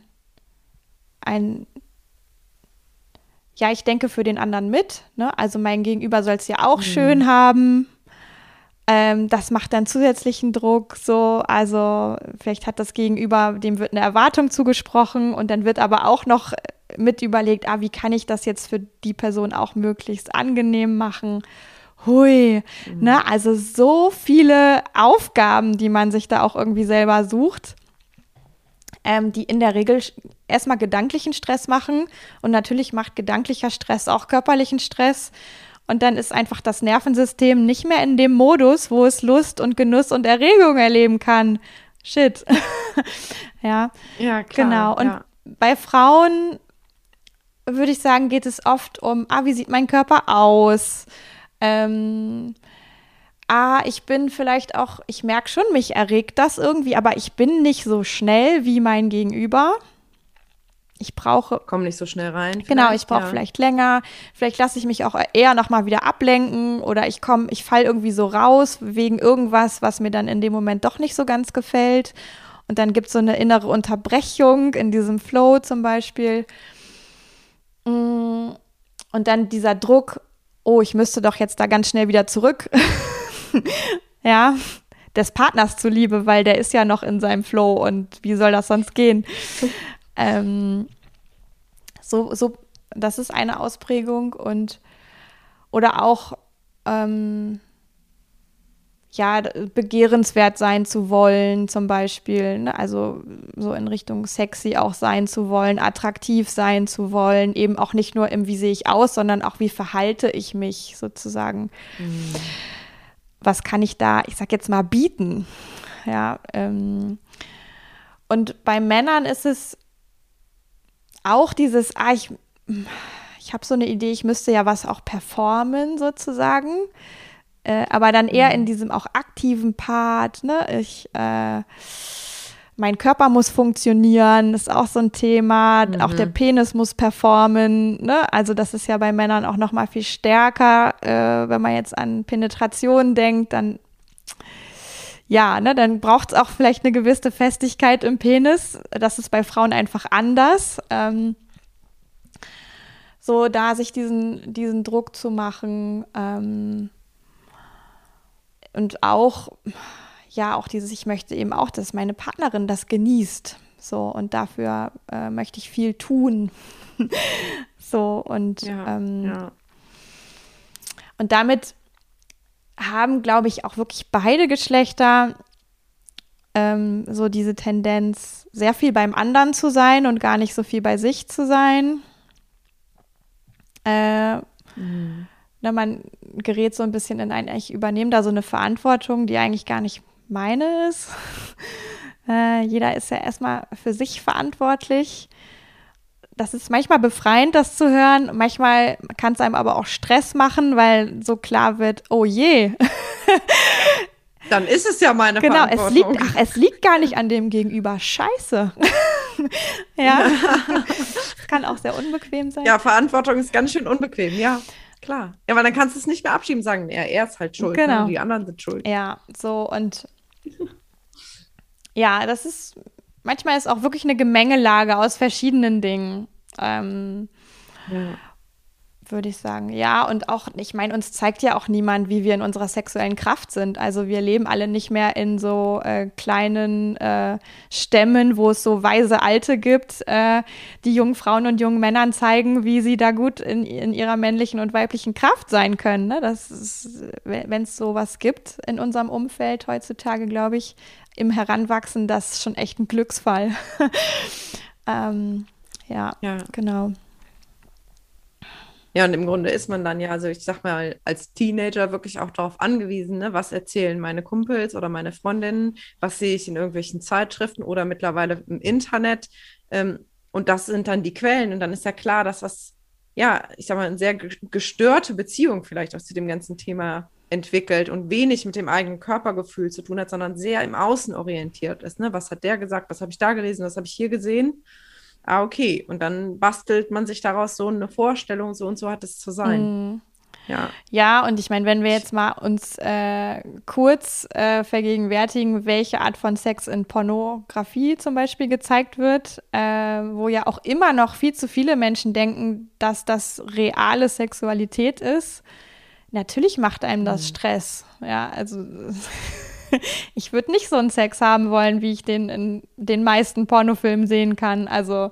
ja, ich denke für den anderen mit, ne? Also mein Gegenüber soll es ja auch schön haben. Das macht dann zusätzlichen Druck, so, also vielleicht hat das Gegenüber, dem wird eine Erwartung zugesprochen und dann wird aber auch noch mit überlegt, wie kann ich das jetzt für die Person auch möglichst angenehm machen? Hui, ne, also so viele Aufgaben, die man sich da auch irgendwie selber sucht, die in der Regel erstmal gedanklichen Stress machen und natürlich macht gedanklicher Stress auch körperlichen Stress und dann ist einfach das Nervensystem nicht mehr in dem Modus, wo es Lust und Genuss und Erregung erleben kann. Shit. Ja, klar. Genau. Und bei Frauen würde ich sagen, geht es oft um, wie sieht mein Körper aus? Ich bin vielleicht auch, ich merke schon, mich erregt das irgendwie, aber ich bin nicht so schnell wie mein Gegenüber. Komm nicht so schnell rein. Genau, ich brauche vielleicht länger. Vielleicht lasse ich mich auch eher nochmal wieder ablenken oder ich falle irgendwie so raus wegen irgendwas, was mir dann in dem Moment doch nicht so ganz gefällt. Und dann gibt es so eine innere Unterbrechung in diesem Flow zum Beispiel. Und dann dieser Druck, ich müsste doch jetzt da ganz schnell wieder zurück. Ja, des Partners zuliebe, weil der ist ja noch in seinem Flow und wie soll das sonst gehen? Das ist eine Ausprägung oder auch begehrenswert sein zu wollen zum Beispiel, ne? Also so in Richtung sexy auch sein zu wollen, attraktiv sein zu wollen, eben auch nicht nur im wie sehe ich aus, sondern auch wie verhalte ich mich sozusagen. Was kann ich da, ich sag jetzt mal, bieten? Ja, und bei Männern ist es auch dieses, ich habe so eine Idee, ich müsste ja was auch performen sozusagen, aber dann eher in diesem auch aktiven Part, ne? Mein Körper muss funktionieren, ist auch so ein Thema, auch der Penis muss performen, ne? Also das ist ja bei Männern auch noch mal viel stärker, wenn man jetzt an Penetration denkt, dann ja, ne, dann braucht es auch vielleicht eine gewisse Festigkeit im Penis. Das ist bei Frauen einfach anders. So da sich diesen Druck zu machen und auch dieses, ich möchte eben auch, dass meine Partnerin das genießt. So, und dafür möchte ich viel tun. So, und und damit haben, glaube ich, auch wirklich beide Geschlechter so diese Tendenz, sehr viel beim anderen zu sein und gar nicht so viel bei sich zu sein. Man gerät so ein bisschen in ich übernehme da so eine Verantwortung, die eigentlich gar nicht meine ist. Jeder ist ja erstmal für sich verantwortlich. das ist manchmal befreiend, das zu hören. Manchmal kann es einem aber auch Stress machen, weil so klar wird, oh je. Dann ist es ja meine Verantwortung. Genau, es liegt gar nicht an dem Gegenüber. Scheiße. Ja, das kann auch sehr unbequem sein. Ja, Verantwortung ist ganz schön unbequem, ja, klar. Ja, weil dann kannst du es nicht mehr abschieben, sagen, er ist halt schuld, Genau. ne? Die anderen sind schuld. Ja, so und ja, manchmal ist auch wirklich eine Gemengelage aus verschiedenen Dingen. Ja. Würde ich sagen. Ja, und auch, ich meine, uns zeigt ja auch niemand, wie wir in unserer sexuellen Kraft sind. Also wir leben alle nicht mehr in so kleinen Stämmen, wo es so weise Alte gibt, die jungen Frauen und jungen Männern zeigen, wie sie da gut in ihrer männlichen und weiblichen Kraft sein können. Ne? Das ist, wenn es sowas gibt in unserem Umfeld heutzutage, glaube ich, im Heranwachsen, das ist schon echt ein Glücksfall. Ja, genau. Ja, und im Grunde ist man dann ja, also ich sag mal, als Teenager wirklich auch darauf angewiesen, ne, was erzählen meine Kumpels oder meine Freundinnen, was sehe ich in irgendwelchen Zeitschriften oder mittlerweile im Internet. Und das sind dann die Quellen. Und dann ist ja klar, dass das, ja, ich sag mal, eine sehr gestörte Beziehung vielleicht auch zu dem ganzen Thema entwickelt und wenig mit dem eigenen Körpergefühl zu tun hat, sondern sehr im Außen orientiert ist. Ne? Was hat der gesagt? Was habe ich da gelesen? Was habe ich hier gesehen? Ah, okay. Und dann bastelt man sich daraus so eine Vorstellung, so und so hat es zu sein. Mhm. Ja. Ja, und ich meine, wenn wir jetzt mal uns kurz vergegenwärtigen, welche Art von Sex in Pornografie zum Beispiel gezeigt wird, wo ja auch immer noch viel zu viele Menschen denken, dass das reale Sexualität ist, natürlich macht einem das Stress. Ja, also ich würde nicht so einen Sex haben wollen, wie ich den in den meisten Pornofilmen sehen kann. Also,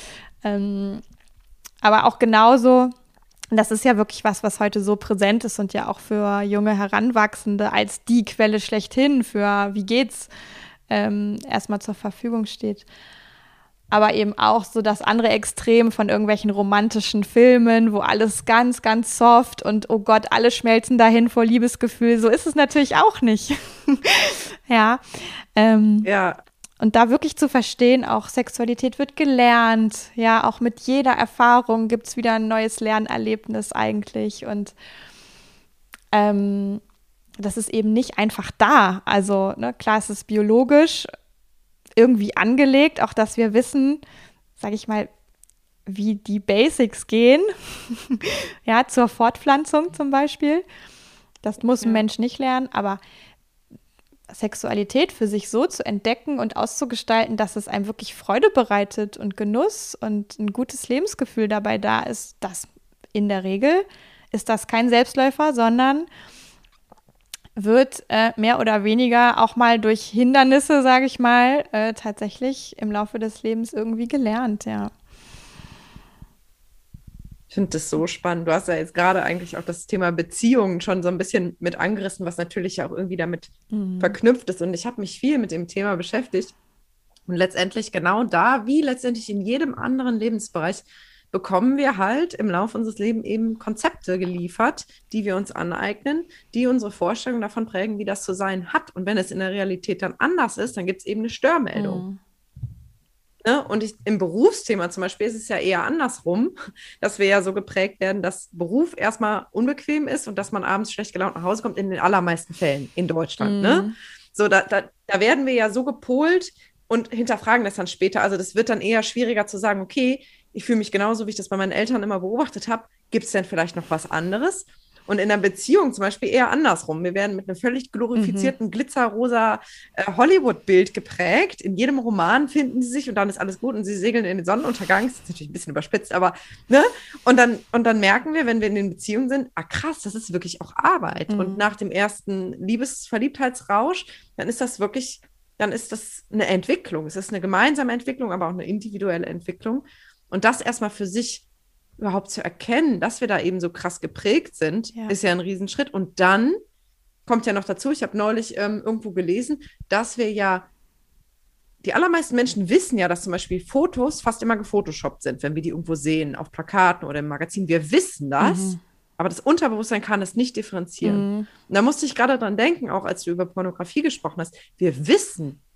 aber auch genauso, das ist ja wirklich was heute so präsent ist und ja auch für junge Heranwachsende als die Quelle schlechthin für wie geht's erstmal zur Verfügung steht. Aber eben auch so das andere Extrem von irgendwelchen romantischen Filmen, wo alles ganz, ganz soft und oh Gott, alle schmelzen dahin vor Liebesgefühl. So ist es natürlich auch nicht. Ja. Ja. Und da wirklich zu verstehen, auch Sexualität wird gelernt. Ja, auch mit jeder Erfahrung gibt es wieder ein neues Lernerlebnis eigentlich. Und das ist eben nicht einfach da. Also, ne, klar, es ist biologisch irgendwie angelegt, auch dass wir wissen, sage ich mal, wie die Basics gehen, ja, zur Fortpflanzung zum Beispiel. Das muss ein Mensch nicht lernen, aber Sexualität für sich so zu entdecken und auszugestalten, dass es einem wirklich Freude bereitet und Genuss und ein gutes Lebensgefühl dabei da ist, das in der Regel ist das kein Selbstläufer, sondern wird mehr oder weniger auch mal durch Hindernisse, sage ich mal, tatsächlich im Laufe des Lebens irgendwie gelernt, ja. Ich finde das so spannend. Du hast ja jetzt gerade eigentlich auch das Thema Beziehungen schon so ein bisschen mit angerissen, was natürlich ja auch irgendwie damit verknüpft ist. Und ich habe mich viel mit dem Thema beschäftigt. Und letztendlich genau da, wie letztendlich in jedem anderen Lebensbereich, bekommen wir halt im Laufe unseres Lebens eben Konzepte geliefert, die wir uns aneignen, die unsere Vorstellung davon prägen, wie das zu sein hat. Und wenn es in der Realität dann anders ist, dann gibt es eben eine Störmeldung. Ne? Und im Berufsthema zum Beispiel ist es ja eher andersrum, dass wir ja so geprägt werden, dass Beruf erstmal unbequem ist und dass man abends schlecht gelaunt nach Hause kommt, in den allermeisten Fällen in Deutschland. Ne? So, da werden wir ja so gepolt und hinterfragen das dann später. Also das wird dann eher schwieriger zu sagen, okay, ich fühle mich genauso, wie ich das bei meinen Eltern immer beobachtet habe. Gibt es denn vielleicht noch was anderes? Und in der Beziehung zum Beispiel eher andersrum. Wir werden mit einem völlig glorifizierten, glitzerrosa Hollywood-Bild geprägt. In jedem Roman finden sie sich und dann ist alles gut und sie segeln in den Sonnenuntergang. Das ist natürlich ein bisschen überspitzt, aber ne? Und dann merken wir, wenn wir in den Beziehungen sind, ah krass, das ist wirklich auch Arbeit. Und nach dem ersten Liebesverliebtheitsrausch, dann ist das wirklich, dann ist das eine Entwicklung. Es ist eine gemeinsame Entwicklung, aber auch eine individuelle Entwicklung. Und das erstmal für sich überhaupt zu erkennen, dass wir da eben so krass geprägt sind, ist ja ein Riesenschritt. Und dann kommt ja noch dazu, ich habe neulich irgendwo gelesen, dass wir ja, die allermeisten Menschen wissen ja, dass zum Beispiel Fotos fast immer gefotoshoppt sind, wenn wir die irgendwo sehen, auf Plakaten oder im Magazin. Wir wissen das, aber das Unterbewusstsein kann es nicht differenzieren. Und da musste ich gerade dran denken, auch als du über Pornografie gesprochen hast, wir wissen,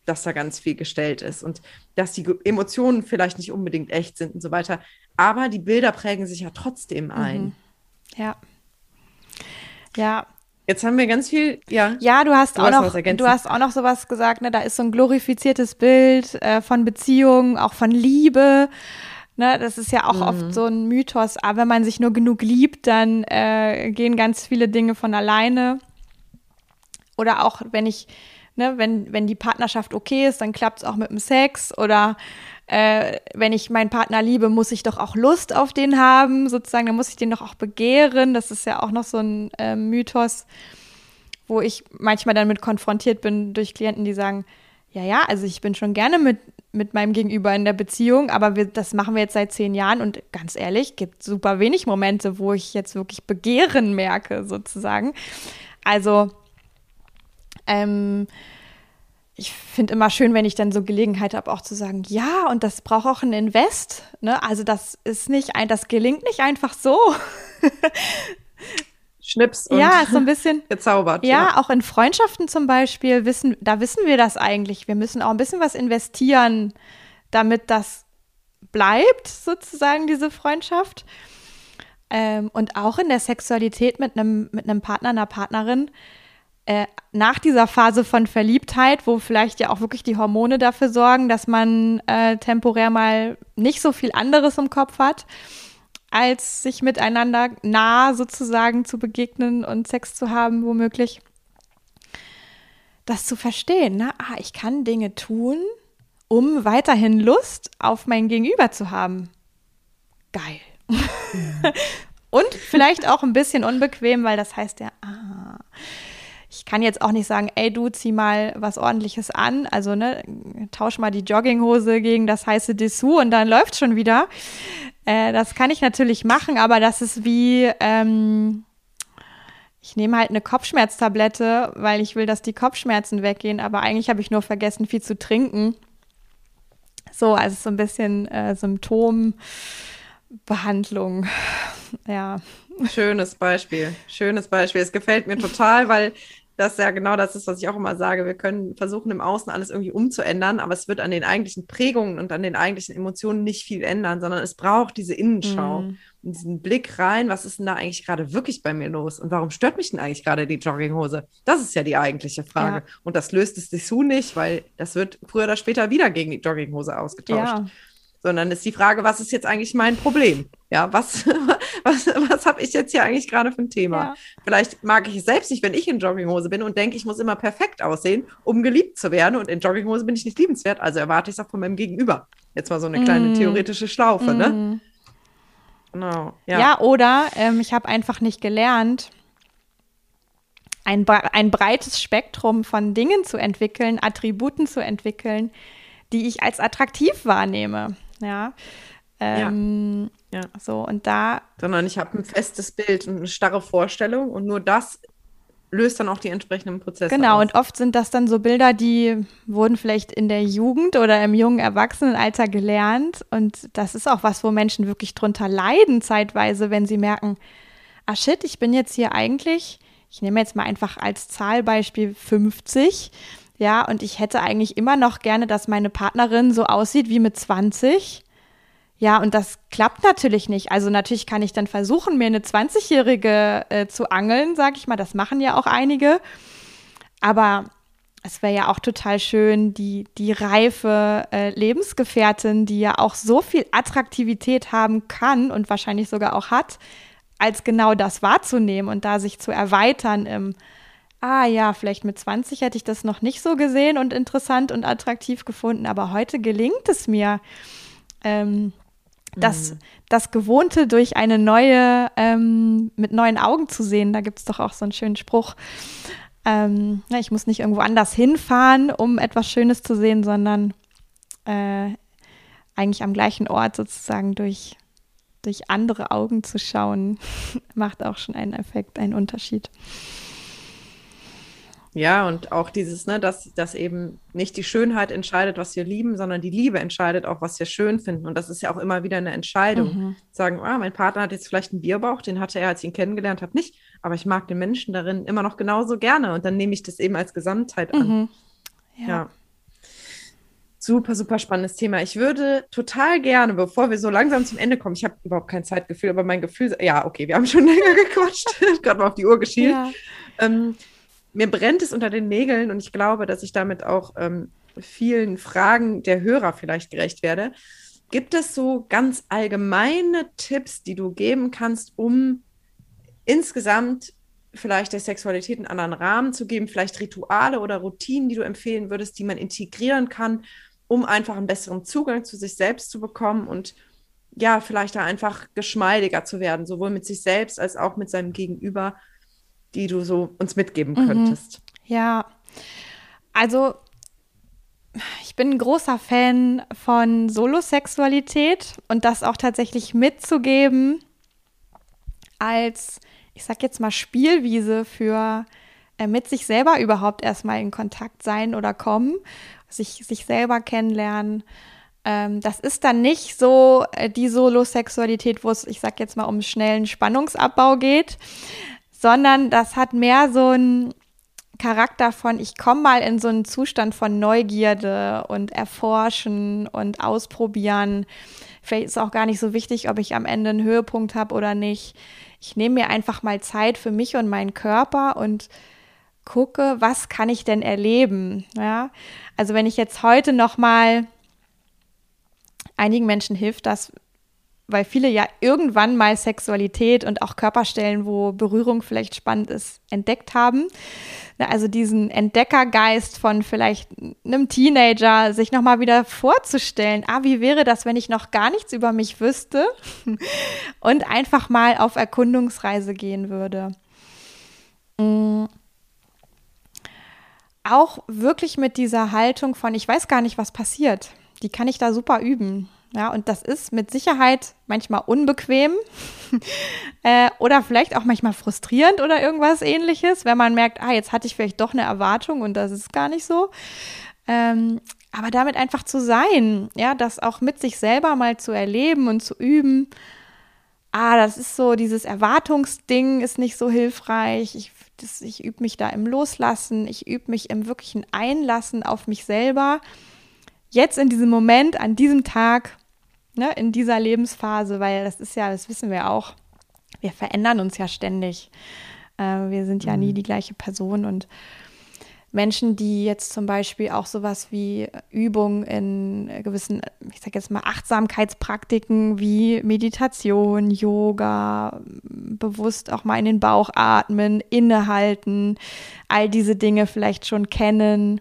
dass da ganz viel gestellt ist und dass die Emotionen vielleicht nicht unbedingt echt sind und so weiter. Aber die Bilder prägen sich ja trotzdem ein. Ja. Ja. Jetzt haben wir ganz viel, ja. Ja, du hast auch noch sowas gesagt, ne? Da ist so ein glorifiziertes Bild von Beziehungen, auch von Liebe. Ne? Das ist ja auch oft so ein Mythos. Aber wenn man sich nur genug liebt, dann gehen ganz viele Dinge von alleine. Oder auch wenn die Partnerschaft okay ist, dann klappt es auch mit dem Sex. Oder wenn ich meinen Partner liebe, muss ich doch auch Lust auf den haben, sozusagen. Dann muss ich den doch auch begehren. Das ist ja auch noch so ein Mythos, wo ich manchmal dann mit konfrontiert bin durch Klienten, die sagen, ja, also ich bin schon gerne mit meinem Gegenüber in der Beziehung, aber das machen wir jetzt seit 10 Jahren und ganz ehrlich, gibt super wenig Momente, wo ich jetzt wirklich Begehren merke, sozusagen. Also, ich finde immer schön, wenn ich dann so Gelegenheit habe, auch zu sagen, ja, und das braucht auch ein Invest, ne? Also das gelingt nicht einfach so. Schnips und ja, so ein bisschen gezaubert. Ja, auch in Freundschaften zum Beispiel wissen wir das eigentlich. Wir müssen auch ein bisschen was investieren, damit das bleibt, sozusagen, diese Freundschaft. Und auch in der Sexualität mit einem Partner, einer Partnerin, nach dieser Phase von Verliebtheit, wo vielleicht ja auch wirklich die Hormone dafür sorgen, dass man temporär mal nicht so viel anderes im Kopf hat, als sich miteinander nah sozusagen zu begegnen und Sex zu haben, womöglich. Das zu verstehen, ne? Ich kann Dinge tun, um weiterhin Lust auf mein Gegenüber zu haben. Geil. Und vielleicht auch ein bisschen unbequem, weil das heißt ja, ich kann jetzt auch nicht sagen, ey, du zieh mal was Ordentliches an, also ne, tausch mal die Jogginghose gegen das heiße Dessous und dann läuft's schon wieder. Das kann ich natürlich machen, aber das ist wie, ich nehme halt eine Kopfschmerztablette, weil ich will, dass die Kopfschmerzen weggehen, aber eigentlich habe ich nur vergessen, viel zu trinken. So, also so ein bisschen Symptombehandlung, ja. Schönes Beispiel. Es gefällt mir total, weil das ja genau das ist, was ich auch immer sage. Wir können versuchen, im Außen alles irgendwie umzuändern, aber es wird an den eigentlichen Prägungen und an den eigentlichen Emotionen nicht viel ändern, sondern es braucht diese Innenschau und diesen Blick rein, was ist denn da eigentlich gerade wirklich bei mir los und warum stört mich denn eigentlich gerade die Jogginghose? Das ist ja die eigentliche Frage. Ja. Und das löst das Dessous nicht, weil das wird früher oder später wieder gegen die Jogginghose ausgetauscht. Ja. Sondern ist die Frage, was ist jetzt eigentlich mein Problem? Ja, was habe ich jetzt hier eigentlich gerade für ein Thema? Ja. Vielleicht mag ich es selbst nicht, wenn ich in Jogginghose bin und denke, ich muss immer perfekt aussehen, um geliebt zu werden. Und in Jogginghose bin ich nicht liebenswert, also erwarte ich es auch von meinem Gegenüber. Jetzt mal so eine kleine theoretische Schlaufe, ne? Genau. Ja, oder ich habe einfach nicht gelernt, ein breites Spektrum von Dingen zu entwickeln, Attributen zu entwickeln, die ich als attraktiv wahrnehme. Ja. So, und da. Sondern ich habe ein festes Bild und eine starre Vorstellung und nur das löst dann auch die entsprechenden Prozesse Genau, aus. Und oft sind das dann so Bilder, die wurden vielleicht in der Jugend oder im jungen Erwachsenenalter gelernt. Und das ist auch was, wo Menschen wirklich drunter leiden zeitweise, wenn sie merken, shit, ich bin jetzt hier eigentlich, ich nehme jetzt mal einfach als Zahlbeispiel 50, ja, und ich hätte eigentlich immer noch gerne, dass meine Partnerin so aussieht wie mit 20. Ja, und das klappt natürlich nicht. Also natürlich kann ich dann versuchen, mir eine 20-Jährige zu angeln, sag ich mal. Das machen ja auch einige. Aber es wäre ja auch total schön, die reife Lebensgefährtin, die ja auch so viel Attraktivität haben kann und wahrscheinlich sogar auch hat, als genau das wahrzunehmen und da sich zu erweitern im ja, vielleicht mit 20 hätte ich das noch nicht so gesehen und interessant und attraktiv gefunden, aber heute gelingt es mir, das Gewohnte durch eine neue, mit neuen Augen zu sehen. Da gibt es doch auch so einen schönen Spruch. Ich muss nicht irgendwo anders hinfahren, um etwas Schönes zu sehen, sondern eigentlich am gleichen Ort sozusagen durch andere Augen zu schauen, macht auch schon einen Effekt, einen Unterschied. Ja, und auch dieses, ne, dass eben nicht die Schönheit entscheidet, was wir lieben, sondern die Liebe entscheidet auch, was wir schön finden. Und das ist ja auch immer wieder eine Entscheidung. Sagen, mein Partner hat jetzt vielleicht einen Bierbauch, den hatte er, als ich ihn kennengelernt habe, nicht. Aber ich mag den Menschen darin immer noch genauso gerne. Und dann nehme ich das eben als Gesamtheit an. Ja. Super, super spannendes Thema. Ich würde total gerne, bevor wir so langsam zum Ende kommen, ich habe überhaupt kein Zeitgefühl, aber mein Gefühl, ja, okay, wir haben schon länger gequatscht, gerade mal auf die Uhr geschielt. Ja. Ähm, Mir brennt es unter den Nägeln und ich glaube, dass ich damit auch vielen Fragen der Hörer vielleicht gerecht werde. Gibt es so ganz allgemeine Tipps, die du geben kannst, um insgesamt vielleicht der Sexualität einen anderen Rahmen zu geben, vielleicht Rituale oder Routinen, die du empfehlen würdest, die man integrieren kann, um einfach einen besseren Zugang zu sich selbst zu bekommen und ja, vielleicht da einfach geschmeidiger zu werden, sowohl mit sich selbst als auch mit seinem Gegenüber, die du so uns mitgeben könntest. Ja, also ich bin ein großer Fan von Solosexualität und das auch tatsächlich mitzugeben als, ich sag jetzt mal, Spielwiese für mit sich selber überhaupt erstmal in Kontakt sein oder kommen, sich selber kennenlernen. Das ist dann nicht so die Solosexualität, wo es, ich sag jetzt mal, um schnellen Spannungsabbau geht, sondern das hat mehr so ein Charakter von, ich komme mal in so einen Zustand von Neugierde und Erforschen und Ausprobieren. Vielleicht ist auch gar nicht so wichtig, ob ich am Ende einen Höhepunkt habe oder nicht. Ich nehme mir einfach mal Zeit für mich und meinen Körper und gucke, was kann ich denn erleben? Ja? Also wenn ich jetzt heute noch mal, einigen Menschen hilft das, weil viele ja irgendwann mal Sexualität und auch Körperstellen, wo Berührung vielleicht spannend ist, entdeckt haben. Also diesen Entdeckergeist von vielleicht einem Teenager, sich nochmal wieder vorzustellen, wie wäre das, wenn ich noch gar nichts über mich wüsste und einfach mal auf Erkundungsreise gehen würde. Auch wirklich mit dieser Haltung von, ich weiß gar nicht, was passiert. Die kann ich da super üben. Ja, und das ist mit Sicherheit manchmal unbequem oder vielleicht auch manchmal frustrierend oder irgendwas Ähnliches, wenn man merkt, jetzt hatte ich vielleicht doch eine Erwartung und das ist gar nicht so. Aber damit einfach zu sein, ja, das auch mit sich selber mal zu erleben und zu üben. Das ist so, dieses Erwartungsding ist nicht so hilfreich. Ich übe mich da im Loslassen, ich übe mich im wirklichen Einlassen auf mich selber. Jetzt in diesem Moment, an diesem Tag, ne, in dieser Lebensphase, weil das ist ja, das wissen wir auch, wir verändern uns ja ständig. Wir sind ja nie die gleiche Person und Menschen, die jetzt zum Beispiel auch sowas wie Übung in gewissen, ich sag jetzt mal, Achtsamkeitspraktiken wie Meditation, Yoga, bewusst auch mal in den Bauch atmen, innehalten, all diese Dinge vielleicht schon kennen.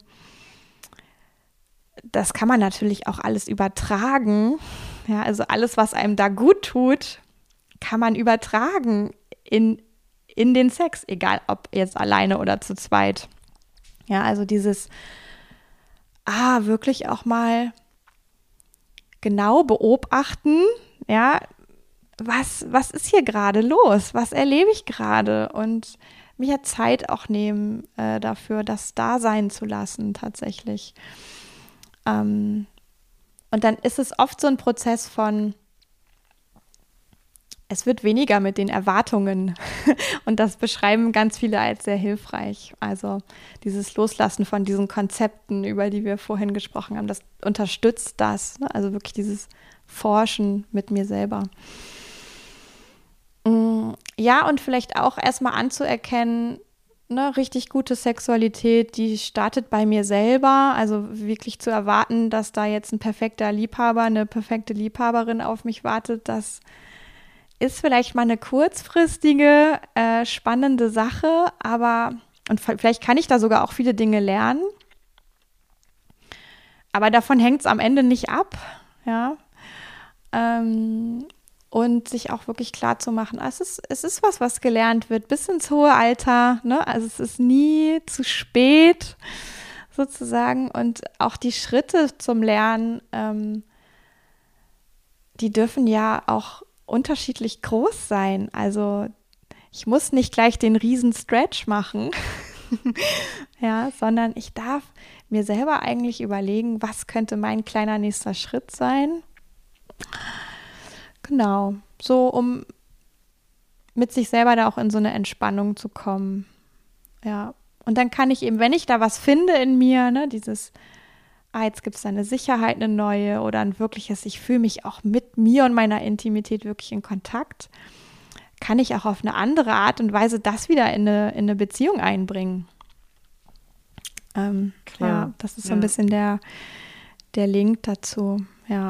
Das kann man natürlich auch alles übertragen. Ja, also alles, was einem da gut tut, kann man übertragen in den Sex, egal ob jetzt alleine oder zu zweit. Ja, also dieses, wirklich auch mal genau beobachten, ja, was ist hier gerade los? Was erlebe ich gerade? Und mir Zeit auch nehmen dafür, das da sein zu lassen tatsächlich. Und dann ist es oft so ein Prozess von, es wird weniger mit den Erwartungen und das beschreiben ganz viele als sehr hilfreich. Also dieses Loslassen von diesen Konzepten, über die wir vorhin gesprochen haben, das unterstützt das. Ne? Also wirklich dieses Forschen mit mir selber. Ja, und vielleicht auch erstmal anzuerkennen, ne, richtig gute Sexualität, die startet bei mir selber. Also wirklich zu erwarten, dass da jetzt ein perfekter Liebhaber, eine perfekte Liebhaberin auf mich wartet, das ist vielleicht mal eine kurzfristige, spannende Sache, aber, und vielleicht kann ich da sogar auch viele Dinge lernen, aber davon hängt es am Ende nicht ab, ja. Und sich auch wirklich klar zu machen, es ist was gelernt wird, bis ins hohe Alter, ne? Also es ist nie zu spät, sozusagen. Und auch die Schritte zum Lernen, die dürfen ja auch unterschiedlich groß sein. Also ich muss nicht gleich den riesen Stretch machen, ja, sondern ich darf mir selber eigentlich überlegen, was könnte mein kleiner nächster Schritt sein. Genau, so um mit sich selber da auch in so eine Entspannung zu kommen. Ja, und dann kann ich eben, wenn ich da was finde in mir, ne, dieses jetzt gibt es da eine Sicherheit, eine neue oder ein wirkliches, ich fühle mich auch mit mir und meiner Intimität wirklich in Kontakt, kann ich auch auf eine andere Art und Weise das wieder in eine Beziehung einbringen. Ja, das ist so ein bisschen der Link dazu, ja.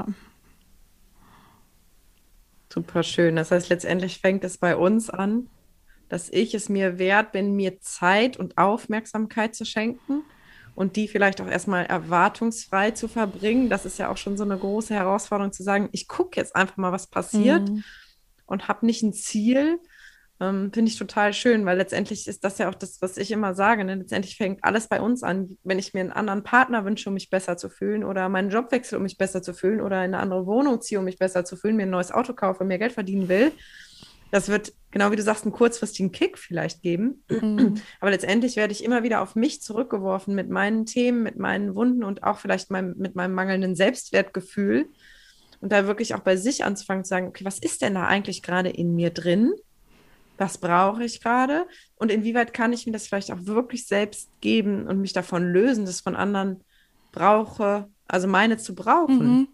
Super schön. Das heißt, letztendlich fängt es bei uns an, dass ich es mir wert bin, mir Zeit und Aufmerksamkeit zu schenken und die vielleicht auch erstmal erwartungsfrei zu verbringen. Das ist ja auch schon so eine große Herausforderung zu sagen, ich gucke jetzt einfach mal, was passiert und habe nicht ein Ziel. Finde ich total schön, weil letztendlich ist das ja auch das, was ich immer sage. Ne? Letztendlich fängt alles bei uns an. Wenn ich mir einen anderen Partner wünsche, um mich besser zu fühlen, oder meinen Job wechsle, um mich besser zu fühlen, oder in eine andere Wohnung ziehe, um mich besser zu fühlen, mir ein neues Auto kaufe, mehr Geld verdienen will, das wird, genau wie du sagst, einen kurzfristigen Kick vielleicht geben. Aber letztendlich werde ich immer wieder auf mich zurückgeworfen mit meinen Themen, mit meinen Wunden und auch vielleicht mit meinem mangelnden Selbstwertgefühl. Und da wirklich auch bei sich anzufangen zu sagen, okay, was ist denn da eigentlich gerade in mir drin? Was brauche ich gerade? Und inwieweit kann ich mir das vielleicht auch wirklich selbst geben und mich davon lösen, dass von anderen brauche, also meine zu brauchen.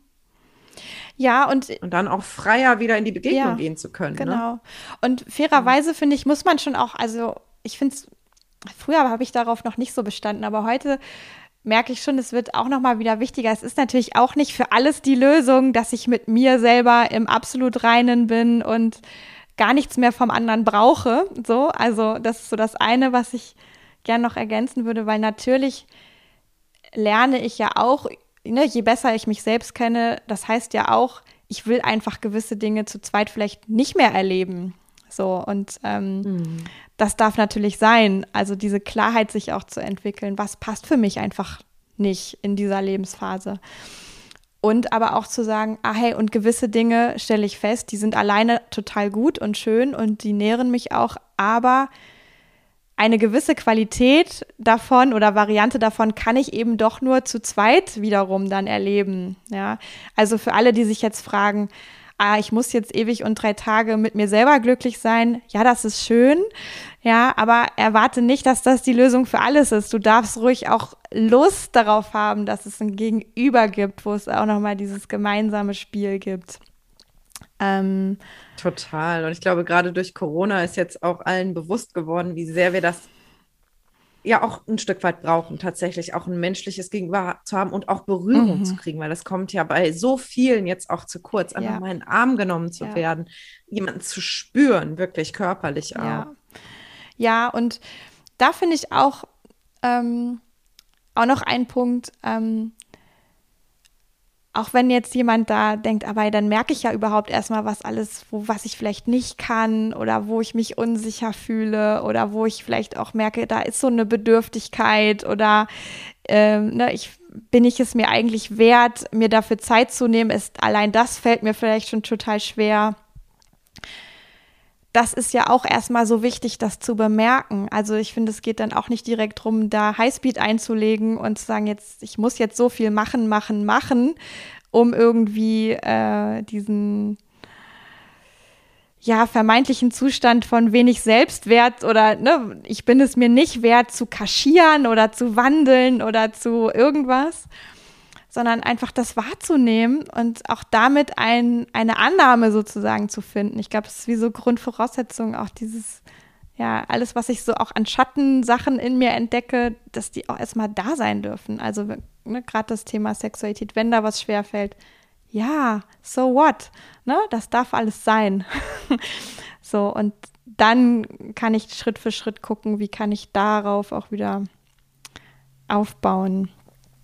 Ja, und dann auch freier wieder in die Begegnung gehen zu können. Genau. Ne? Und fairerweise, finde ich, muss man schon auch, also ich finde es, früher habe ich darauf noch nicht so bestanden, aber heute merke ich schon, es wird auch nochmal wieder wichtiger. Es ist natürlich auch nicht für alles die Lösung, dass ich mit mir selber im absolut Reinen bin und gar nichts mehr vom anderen brauche. So, also das ist so das eine, was ich gern noch ergänzen würde, weil natürlich lerne ich ja auch, ne, je besser ich mich selbst kenne, das heißt ja auch, ich will einfach gewisse Dinge zu zweit vielleicht nicht mehr erleben. So, und das darf natürlich sein. Also diese Klarheit sich auch zu entwickeln, was passt für mich einfach nicht in dieser Lebensphase. Und aber auch zu sagen, hey, und gewisse Dinge stelle ich fest, die sind alleine total gut und schön und die nähren mich auch, aber eine gewisse Qualität davon oder Variante davon kann ich eben doch nur zu zweit wiederum dann erleben. Ja? Also für alle, die sich jetzt fragen, ich muss jetzt ewig und 3 Tage mit mir selber glücklich sein, ja, das ist schön, ja, aber erwarte nicht, dass das die Lösung für alles ist. Du darfst ruhig auch Lust darauf haben, dass es ein Gegenüber gibt, wo es auch nochmal dieses gemeinsame Spiel gibt. Total. Und ich glaube, gerade durch Corona ist jetzt auch allen bewusst geworden, wie sehr wir das ja auch ein Stück weit brauchen, tatsächlich auch ein menschliches Gegenüber zu haben und auch Berührung zu kriegen, weil das kommt ja bei so vielen jetzt auch zu kurz, einfach mal in den Arm genommen zu werden, jemanden zu spüren, wirklich körperlich auch. Ja, und da finde ich auch noch einen Punkt, auch wenn jetzt jemand da denkt, aber dann merke ich ja überhaupt erstmal, was ich vielleicht nicht kann oder wo ich mich unsicher fühle oder wo ich vielleicht auch merke, da ist so eine Bedürftigkeit oder bin ich es mir eigentlich wert, mir dafür Zeit zu nehmen, allein das fällt mir vielleicht schon total schwer. Das ist ja auch erstmal so wichtig, das zu bemerken. Also ich finde, es geht dann auch nicht direkt darum, da Highspeed einzulegen und zu sagen, ich muss jetzt so viel machen, um irgendwie diesen vermeintlichen Zustand von wenig Selbstwert oder ich bin es mir nicht wert zu kaschieren oder zu wandeln oder zu irgendwas, sondern einfach das wahrzunehmen und auch damit eine Annahme sozusagen zu finden. Ich glaube, es ist wie so Grundvoraussetzung, auch dieses, alles, was ich so auch an Schattensachen in mir entdecke, dass die auch erstmal da sein dürfen. Also gerade das Thema Sexualität, wenn da was schwerfällt, so what? Das darf alles sein. So, und dann kann ich Schritt für Schritt gucken, wie kann ich darauf auch wieder aufbauen.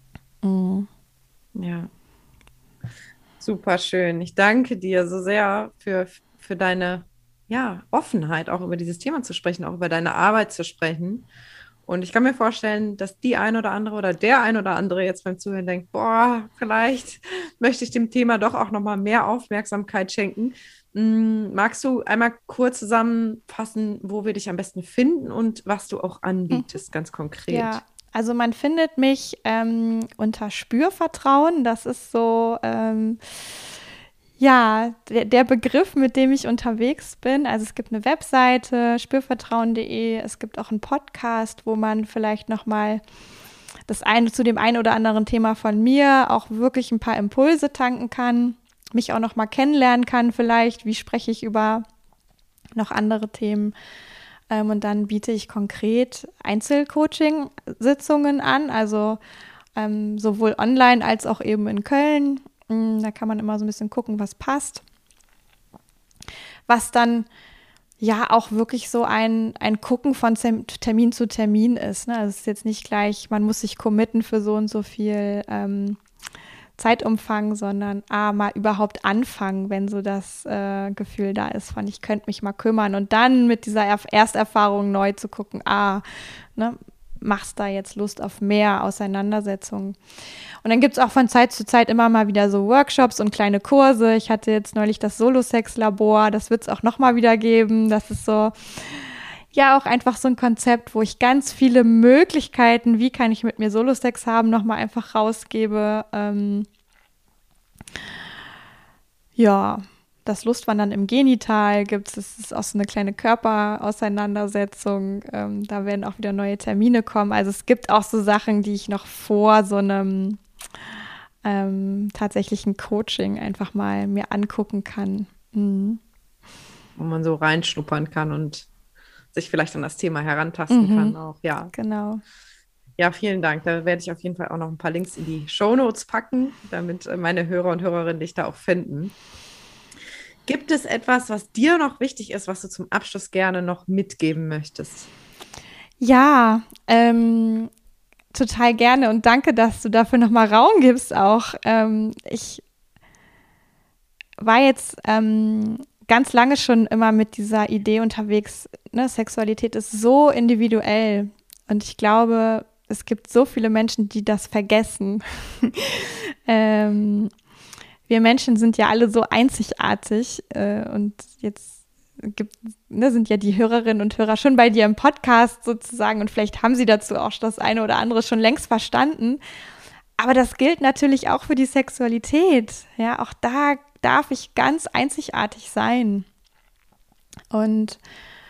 Ja, super schön. Ich danke dir so sehr für deine Offenheit, auch über dieses Thema zu sprechen, auch über deine Arbeit zu sprechen. Und ich kann mir vorstellen, dass die ein oder andere oder der ein oder andere jetzt beim Zuhören denkt, vielleicht möchte ich dem Thema doch auch nochmal mehr Aufmerksamkeit schenken. Magst du einmal kurz zusammenfassen, wo wir dich am besten finden und was du auch anbietest, ganz konkret? Ja. Also man findet mich unter Spürvertrauen. Das ist so, der Begriff, mit dem ich unterwegs bin. Also es gibt eine Webseite, spürvertrauen.de. Es gibt auch einen Podcast, wo man vielleicht nochmal zu dem einen oder anderen Thema von mir auch wirklich ein paar Impulse tanken kann, mich auch noch mal kennenlernen kann vielleicht, wie spreche ich über noch andere Themen. Und dann biete ich konkret Einzelcoaching-Sitzungen an, also sowohl online als auch eben in Köln. Da kann man immer so ein bisschen gucken, was passt. Was dann ja auch wirklich so ein Gucken von Termin zu Termin ist. Ne? Also es ist jetzt nicht gleich, man muss sich committen für so und so viel Zeitumfang, sondern mal überhaupt anfangen, wenn so das Gefühl da ist von, ich könnte mich mal kümmern und dann mit dieser Ersterfahrung neu zu gucken, ne, machst da jetzt Lust auf mehr Auseinandersetzungen. Und dann gibt es auch von Zeit zu Zeit immer mal wieder so Workshops und kleine Kurse. Ich hatte jetzt neulich das Solo-Sex-Labor, das wird es auch nochmal wieder geben. Das ist so, ja, auch einfach so ein Konzept, wo ich ganz viele Möglichkeiten, wie kann ich mit mir Solo-Sex haben, nochmal einfach rausgebe. Das Lustwandern im Genital gibt es. Das ist auch so eine kleine Körperauseinandersetzung. Da werden auch wieder neue Termine kommen. Also es gibt auch so Sachen, die ich noch vor so einem tatsächlichen Coaching einfach mal mir angucken kann. Mhm. Wo man so reinschnuppern kann und sich vielleicht an das Thema herantasten kann auch, ja. Genau. Ja, vielen Dank. Da werde ich auf jeden Fall auch noch ein paar Links in die Shownotes packen, damit meine Hörer und Hörerinnen dich da auch finden. Gibt es etwas, was dir noch wichtig ist, was du zum Abschluss gerne noch mitgeben möchtest? Ja, total gerne und danke, dass du dafür nochmal Raum gibst auch. Ich war jetzt ganz lange schon immer mit dieser Idee unterwegs, ne, Sexualität ist so individuell und ich glaube, es gibt so viele Menschen, die das vergessen. Wir Menschen sind ja alle so einzigartig und jetzt sind ja die Hörerinnen und Hörer schon bei dir im Podcast sozusagen und vielleicht haben sie dazu auch das eine oder andere schon längst verstanden. Aber das gilt natürlich auch für die Sexualität. Ja, auch da darf ich ganz einzigartig sein. Und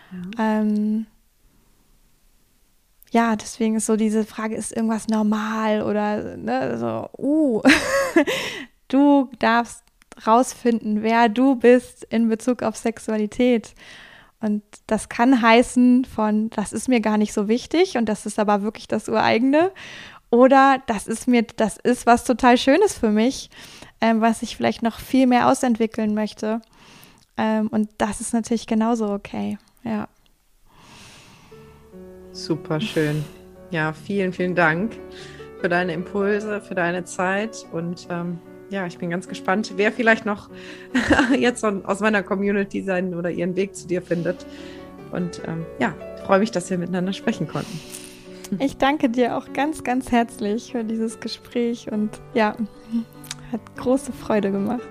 deswegen ist so diese Frage, ist irgendwas normal oder ne, so, du darfst rausfinden, wer du bist in Bezug auf Sexualität. Und das kann heißen das ist mir gar nicht so wichtig und das ist aber wirklich das Ureigene. Oder das ist was total Schönes für mich, was ich vielleicht noch viel mehr ausentwickeln möchte. Und das ist natürlich genauso okay, ja. Super schön. Ja, vielen, vielen Dank für deine Impulse, für deine Zeit und ich bin ganz gespannt, wer vielleicht noch jetzt aus meiner Community seinen oder ihren Weg zu dir findet. Und freue mich, dass wir miteinander sprechen konnten. Ich danke dir auch ganz, ganz herzlich für dieses Gespräch und ja, hat große Freude gemacht.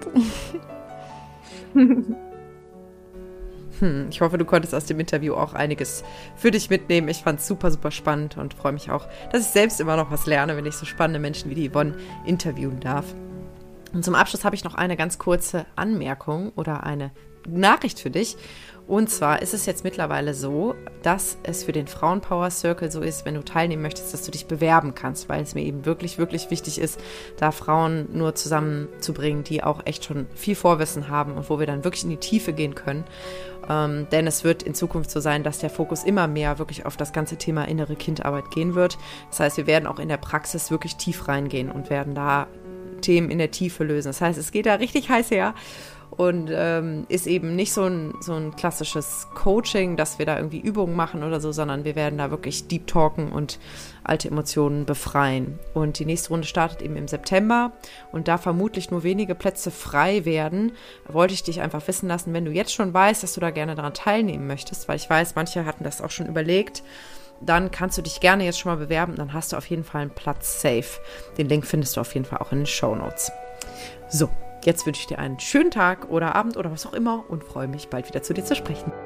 Ich hoffe, du konntest aus dem Interview auch einiges für dich mitnehmen. Ich fand es super, super spannend und freue mich auch, dass ich selbst immer noch was lerne, wenn ich so spannende Menschen wie die Yvonne interviewen darf. Und zum Abschluss habe ich noch eine ganz kurze Anmerkung oder eine Nachricht für dich. Und zwar ist es jetzt mittlerweile so, dass es für den Frauenpower Circle so ist, wenn du teilnehmen möchtest, dass du dich bewerben kannst, weil es mir eben wirklich, wirklich wichtig ist, da Frauen nur zusammenzubringen, die auch echt schon viel Vorwissen haben und wo wir dann wirklich in die Tiefe gehen können. Denn es wird in Zukunft so sein, dass der Fokus immer mehr wirklich auf das ganze Thema innere Kindarbeit gehen wird. Das heißt, wir werden auch in der Praxis wirklich tief reingehen und werden da Themen in der Tiefe lösen. Das heißt, es geht da richtig heiß her. Und ist eben nicht so ein klassisches Coaching, dass wir da irgendwie Übungen machen oder so, sondern wir werden da wirklich deep talken und alte Emotionen befreien. Und die nächste Runde startet eben im September und da vermutlich nur wenige Plätze frei werden, wollte ich dich einfach wissen lassen, wenn du jetzt schon weißt, dass du da gerne daran teilnehmen möchtest, weil ich weiß, manche hatten das auch schon überlegt, dann kannst du dich gerne jetzt schon mal bewerben, dann hast du auf jeden Fall einen Platz safe. Den Link findest du auf jeden Fall auch in den Shownotes. So. Jetzt wünsche ich dir einen schönen Tag oder Abend oder was auch immer und freue mich, bald wieder zu dir zu sprechen.